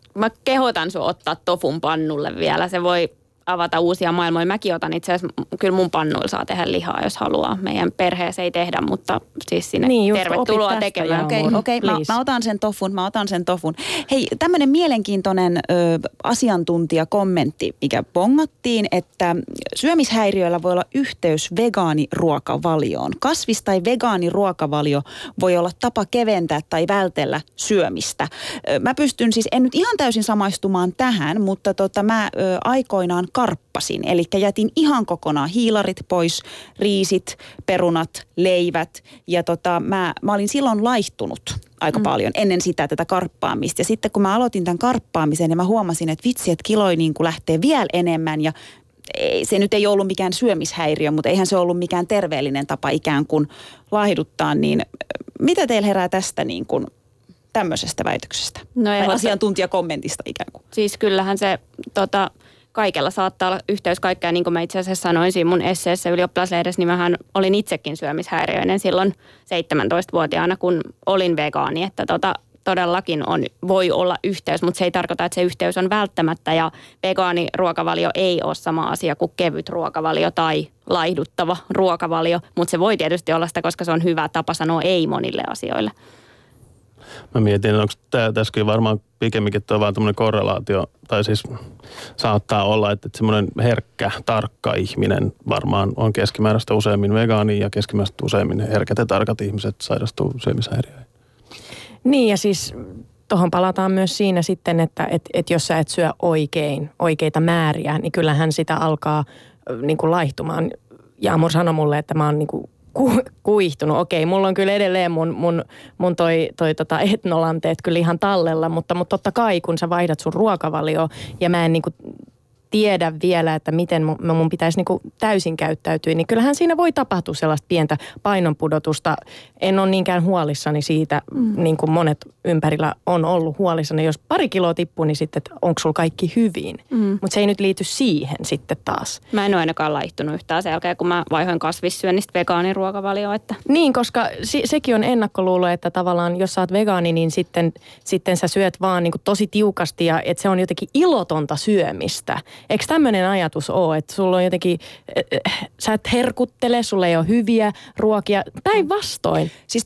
Speaker 8: kehotan sun ottaa tofun pannulle vielä. Se voi avata uusia maailmoja. Mäkin otan itse asiassa, kyllä mun pannuilla saa tehdä lihaa, jos haluaa. Meidän perheessä ei tehdä, mutta siis sinne niin, tervetuloa tekemään.
Speaker 1: Okei. Mä otan sen tofun. Hei, tämmöinen mielenkiintoinen asiantuntijakommentti, mikä bongattiin, että syömishäiriöillä voi olla yhteys vegaaniruokavalioon. Kasvis- tai vegaaniruokavalio voi olla tapa keventää tai vältellä syömistä. Mä pystyn siis, en nyt ihan täysin samaistumaan tähän, mutta mä aikoinaan karppasin, eli jätin ihan kokonaan hiilarit pois, riisit, perunat, leivät ja mä olin silloin laihtunut aika paljon ennen sitä tätä karppaamista. Ja sitten kun mä aloitin tämän karppaamisen ja mä huomasin, että vitsi, että kiloi niin kuin lähtee vielä enemmän ja se nyt ei ollut mikään syömishäiriö, mutta eihän se ollut mikään terveellinen tapa ikään kuin laihduttaa, niin mitä teillä herää tästä niin kuin tämmöisestä väitöksestä?
Speaker 8: No
Speaker 1: tai asiantuntijakommentista ikään kuin?
Speaker 8: Siis kyllähän se kaikella saattaa olla yhteys kaikkea, niin kuin mä itse asiassa sanoin siinä mun esseessä ylioppilaslehdessä, niin mähän olin itsekin syömishäiriöinen silloin 17-vuotiaana, kun olin vegaani, että todellakin voi olla yhteys, mutta se ei tarkoita, että se yhteys on välttämättä ja vegaaniruokavalio ei ole sama asia kuin kevyt ruokavalio tai laihduttava ruokavalio, mutta se voi tietysti olla sitä, koska se on hyvä tapa sanoa ei monille asioille.
Speaker 7: Mä mietin, onko tässäkin varmaan pikemminkin tuo vaan tämmöinen korrelaatio, tai siis saattaa olla, että semmoinen herkkä, tarkka ihminen varmaan on keskimääräistä useammin vegaani ja keskimääräistä useammin herkät ja tarkat ihmiset sairastuu syömishäiriöihin.
Speaker 2: Niin ja siis tuohon palataan myös siinä sitten, että jos sä et syö oikeita määriä, niin kyllähän sitä alkaa niin kuin laihtumaan. Jaamur sanoi mulle, että mä oon niin kuin kuihtunut. Okei, mulla on kyllä edelleen mun toi etnolanteet kyllä ihan tallella, mutta totta kai kun sä vaihdat sun ruokavalio ja mä en niinku tiedä vielä, että miten mun pitäisi niinku täysin käyttäytyä, niin kyllähän siinä voi tapahtua sellaista pientä painonpudotusta. En ole niinkään huolissani siitä, niin kuin monet ympärillä on ollut huolissani. Jos 2 kiloa tippuu, niin sitten onko sulla kaikki hyvin? Mutta se ei nyt liity siihen sitten taas. Mä en ole ainakaan laihtunut yhtään sen jälkeen, kun mä vaihoin kasvissyönnistä vegaaniruokavalioon. Että. Niin, koska sekin on ennakkoluulo, että tavallaan jos sä oot vegaani, niin sitten sä syöt vaan niin kuin tosi tiukasti ja että se on jotenkin ilotonta syömistä. Eikö tämmöinen ajatus ole, että sulla on jotenkin, sä et herkuttele, sulla ei ole hyviä ruokia, päinvastoin?
Speaker 1: Siis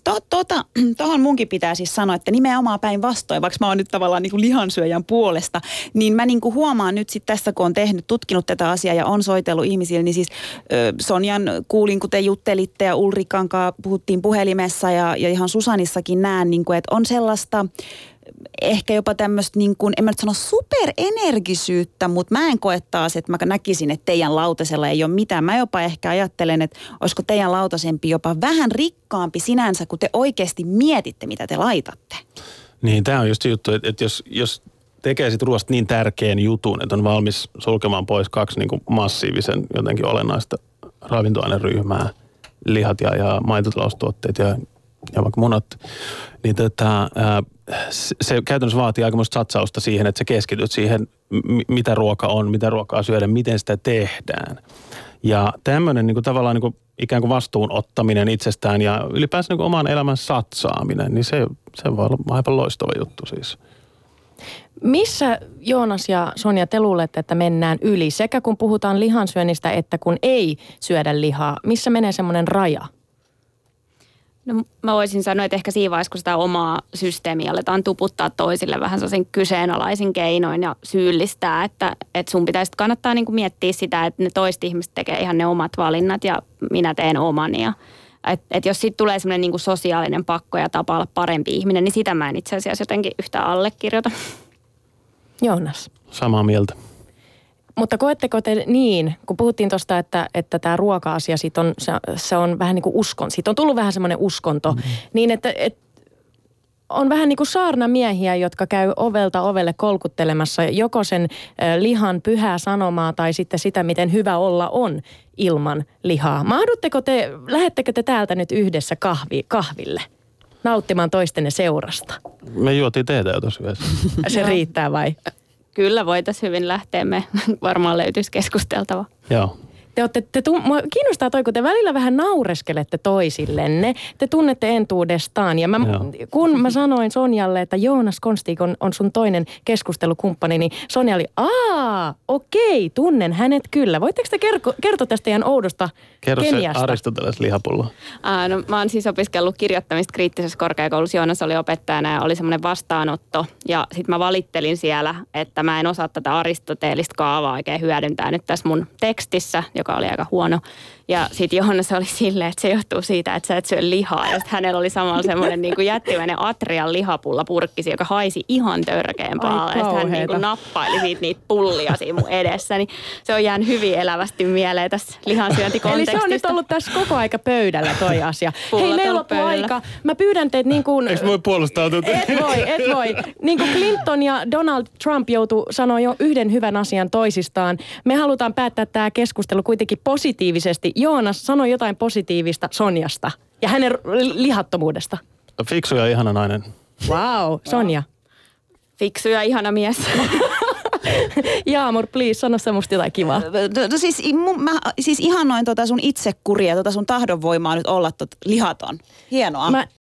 Speaker 1: tohon munkin pitää siis sanoa, että nimenomaan päinvastoin, vaikka mä oon nyt tavallaan niin kuin lihansyöjän puolesta, niin mä niin kuin huomaan nyt sitten tässä, kun on tutkinut tätä asiaa ja on soitellut ihmisille, niin siis Sonjan kuulin, kun te juttelitte ja Ulrikan kanssa puhuttiin puhelimessa ja ihan Susanissakin näen, niin kuin, että on sellaista ehkä jopa tämmöistä, niin kuin, en mä nyt sano superenergisyyttä, mutta mä en koe taas, että mä näkisin, että teidän lautasella ei ole mitään. Mä jopa ehkä ajattelen, että olisiko teidän lautasempi jopa vähän rikkaampi sinänsä, kun te oikeasti mietitte, mitä te laitatte.
Speaker 7: Niin, tämä on just se juttu, että jos tekee sit ruoasta niin tärkeän jutun, että on valmis sulkemaan pois 2 niin kuin massiivisen jotenkin olennaista ravintoaineryhmää, lihat ja maitotaloustuotteet ja vaikka munat, niin se käytännössä vaatii aikamoista satsausta siihen, että sä keskityt siihen mitä ruoka on, mitä ruokaa syödä, miten sitä tehdään. Ja tämmöinen niin kuin tavallaan niin kuin ikään kuin vastuun ottaminen itsestään ja ylipäänsä niin kuin oman elämän satsaaminen, niin se voi olla aivan loistava juttu siis.
Speaker 2: Missä Joonas ja Sonja te luulette, että mennään yli sekä kun puhutaan lihansyönnistä että kun ei syödä lihaa? Missä menee semmoinen raja?
Speaker 8: No, mä voisin sanoa, että ehkä siinä vaiheessa, kun sitä omaa systeemiä aletaan tuputtaa toisille vähän sellaisen kyseenalaisin keinoin ja syyllistää, että sun pitäisi kannattaa niin kuin miettiä sitä, että ne toiset ihmiset tekee ihan ne omat valinnat ja minä teen oman. Ja, että jos siitä tulee semmoinen niin kuin sosiaalinen pakko ja tapa olla parempi ihminen, niin sitä mä en itse asiassa jotenkin yhtään allekirjoita.
Speaker 2: Joonas.
Speaker 7: Samaa mieltä.
Speaker 2: Mutta koetteko te niin, kun puhuttiin tuosta, että tämä ruoka-asia, se on vähän niin kuin siitä on tullut vähän semmoinen uskonto, niin että on vähän niin kuin saarnamiehiä, jotka käy ovelta ovelle kolkuttelemassa joko sen lihan pyhää sanomaa tai sitten sitä, miten hyvä olla on ilman lihaa. Lähettekö te täältä nyt yhdessä kahville nauttimaan toistenne seurasta? Me
Speaker 7: juotiin teetä jo tuossa yhdessä.
Speaker 2: Se riittää vai?
Speaker 8: Kyllä voitaisiin hyvin lähteä, me varmaan löytyisi keskusteltava.
Speaker 7: Joo.
Speaker 2: Mua kiinnostaa toi, kun te välillä vähän naureskelette toisillenne. Te tunnette entuudestaan. Ja kun mä sanoin Sonjalle, että Joonas Konstig on sun toinen keskustelukumppani, niin Sonja oli, okei, tunnen hänet kyllä. Voitteko te kertoa tästä ihan oudosta kemiasta?
Speaker 7: Kerro se Aristoteles lihapullo.
Speaker 8: No, mä oon siis opiskellut kirjoittamista kriittisessä korkeakoulussa. Joonas oli opettajana ja oli semmoinen vastaanotto. Ja sit mä valittelin siellä, että mä en osaa tätä aristoteellista kaavaa oikein hyödyntää nyt tässä mun tekstissä, joka oli aika huono. Ja sitten Joonas oli silleen, että se johtuu siitä, että sä et syö lihaa. Ja sitten hänellä oli samalla semmoinen niin kuin jättimäinen Atrian lihapulla purkkisi, joka haisi ihan törkeän pahalle. Ja sitten hän niin kuin nappaili siitä niitä pullia siinä mun edessä. Niin se on jäänyt hyvin elävästi mieleen tässä lihansyöntikontekstista.
Speaker 2: Eli se on nyt ollut tässä koko aika pöydällä toi asia. Hei, meillä loppuu aika. Mä pyydän teitä niin kuin...
Speaker 7: Eikö voi puolustautua?
Speaker 2: Et voi. Niin kuin Clinton ja Donald Trump joutu sanoa jo yhden hyvän asian toisistaan. Me halutaan päättää tämä keskustelu kuitenkin positiivisesti. Joonas, sano jotain positiivista Sonjasta ja hänen lihattomuudesta.
Speaker 7: Fiksu ja ihana nainen.
Speaker 2: Wow, Sonja.
Speaker 8: Fiksu ja ihana mies.
Speaker 2: Jaamur, please, sano sä musta jotain kivaa.
Speaker 1: No mä ihannoin sun itsekuria, sun tahdonvoimaa nyt olla lihaton. Hienoa.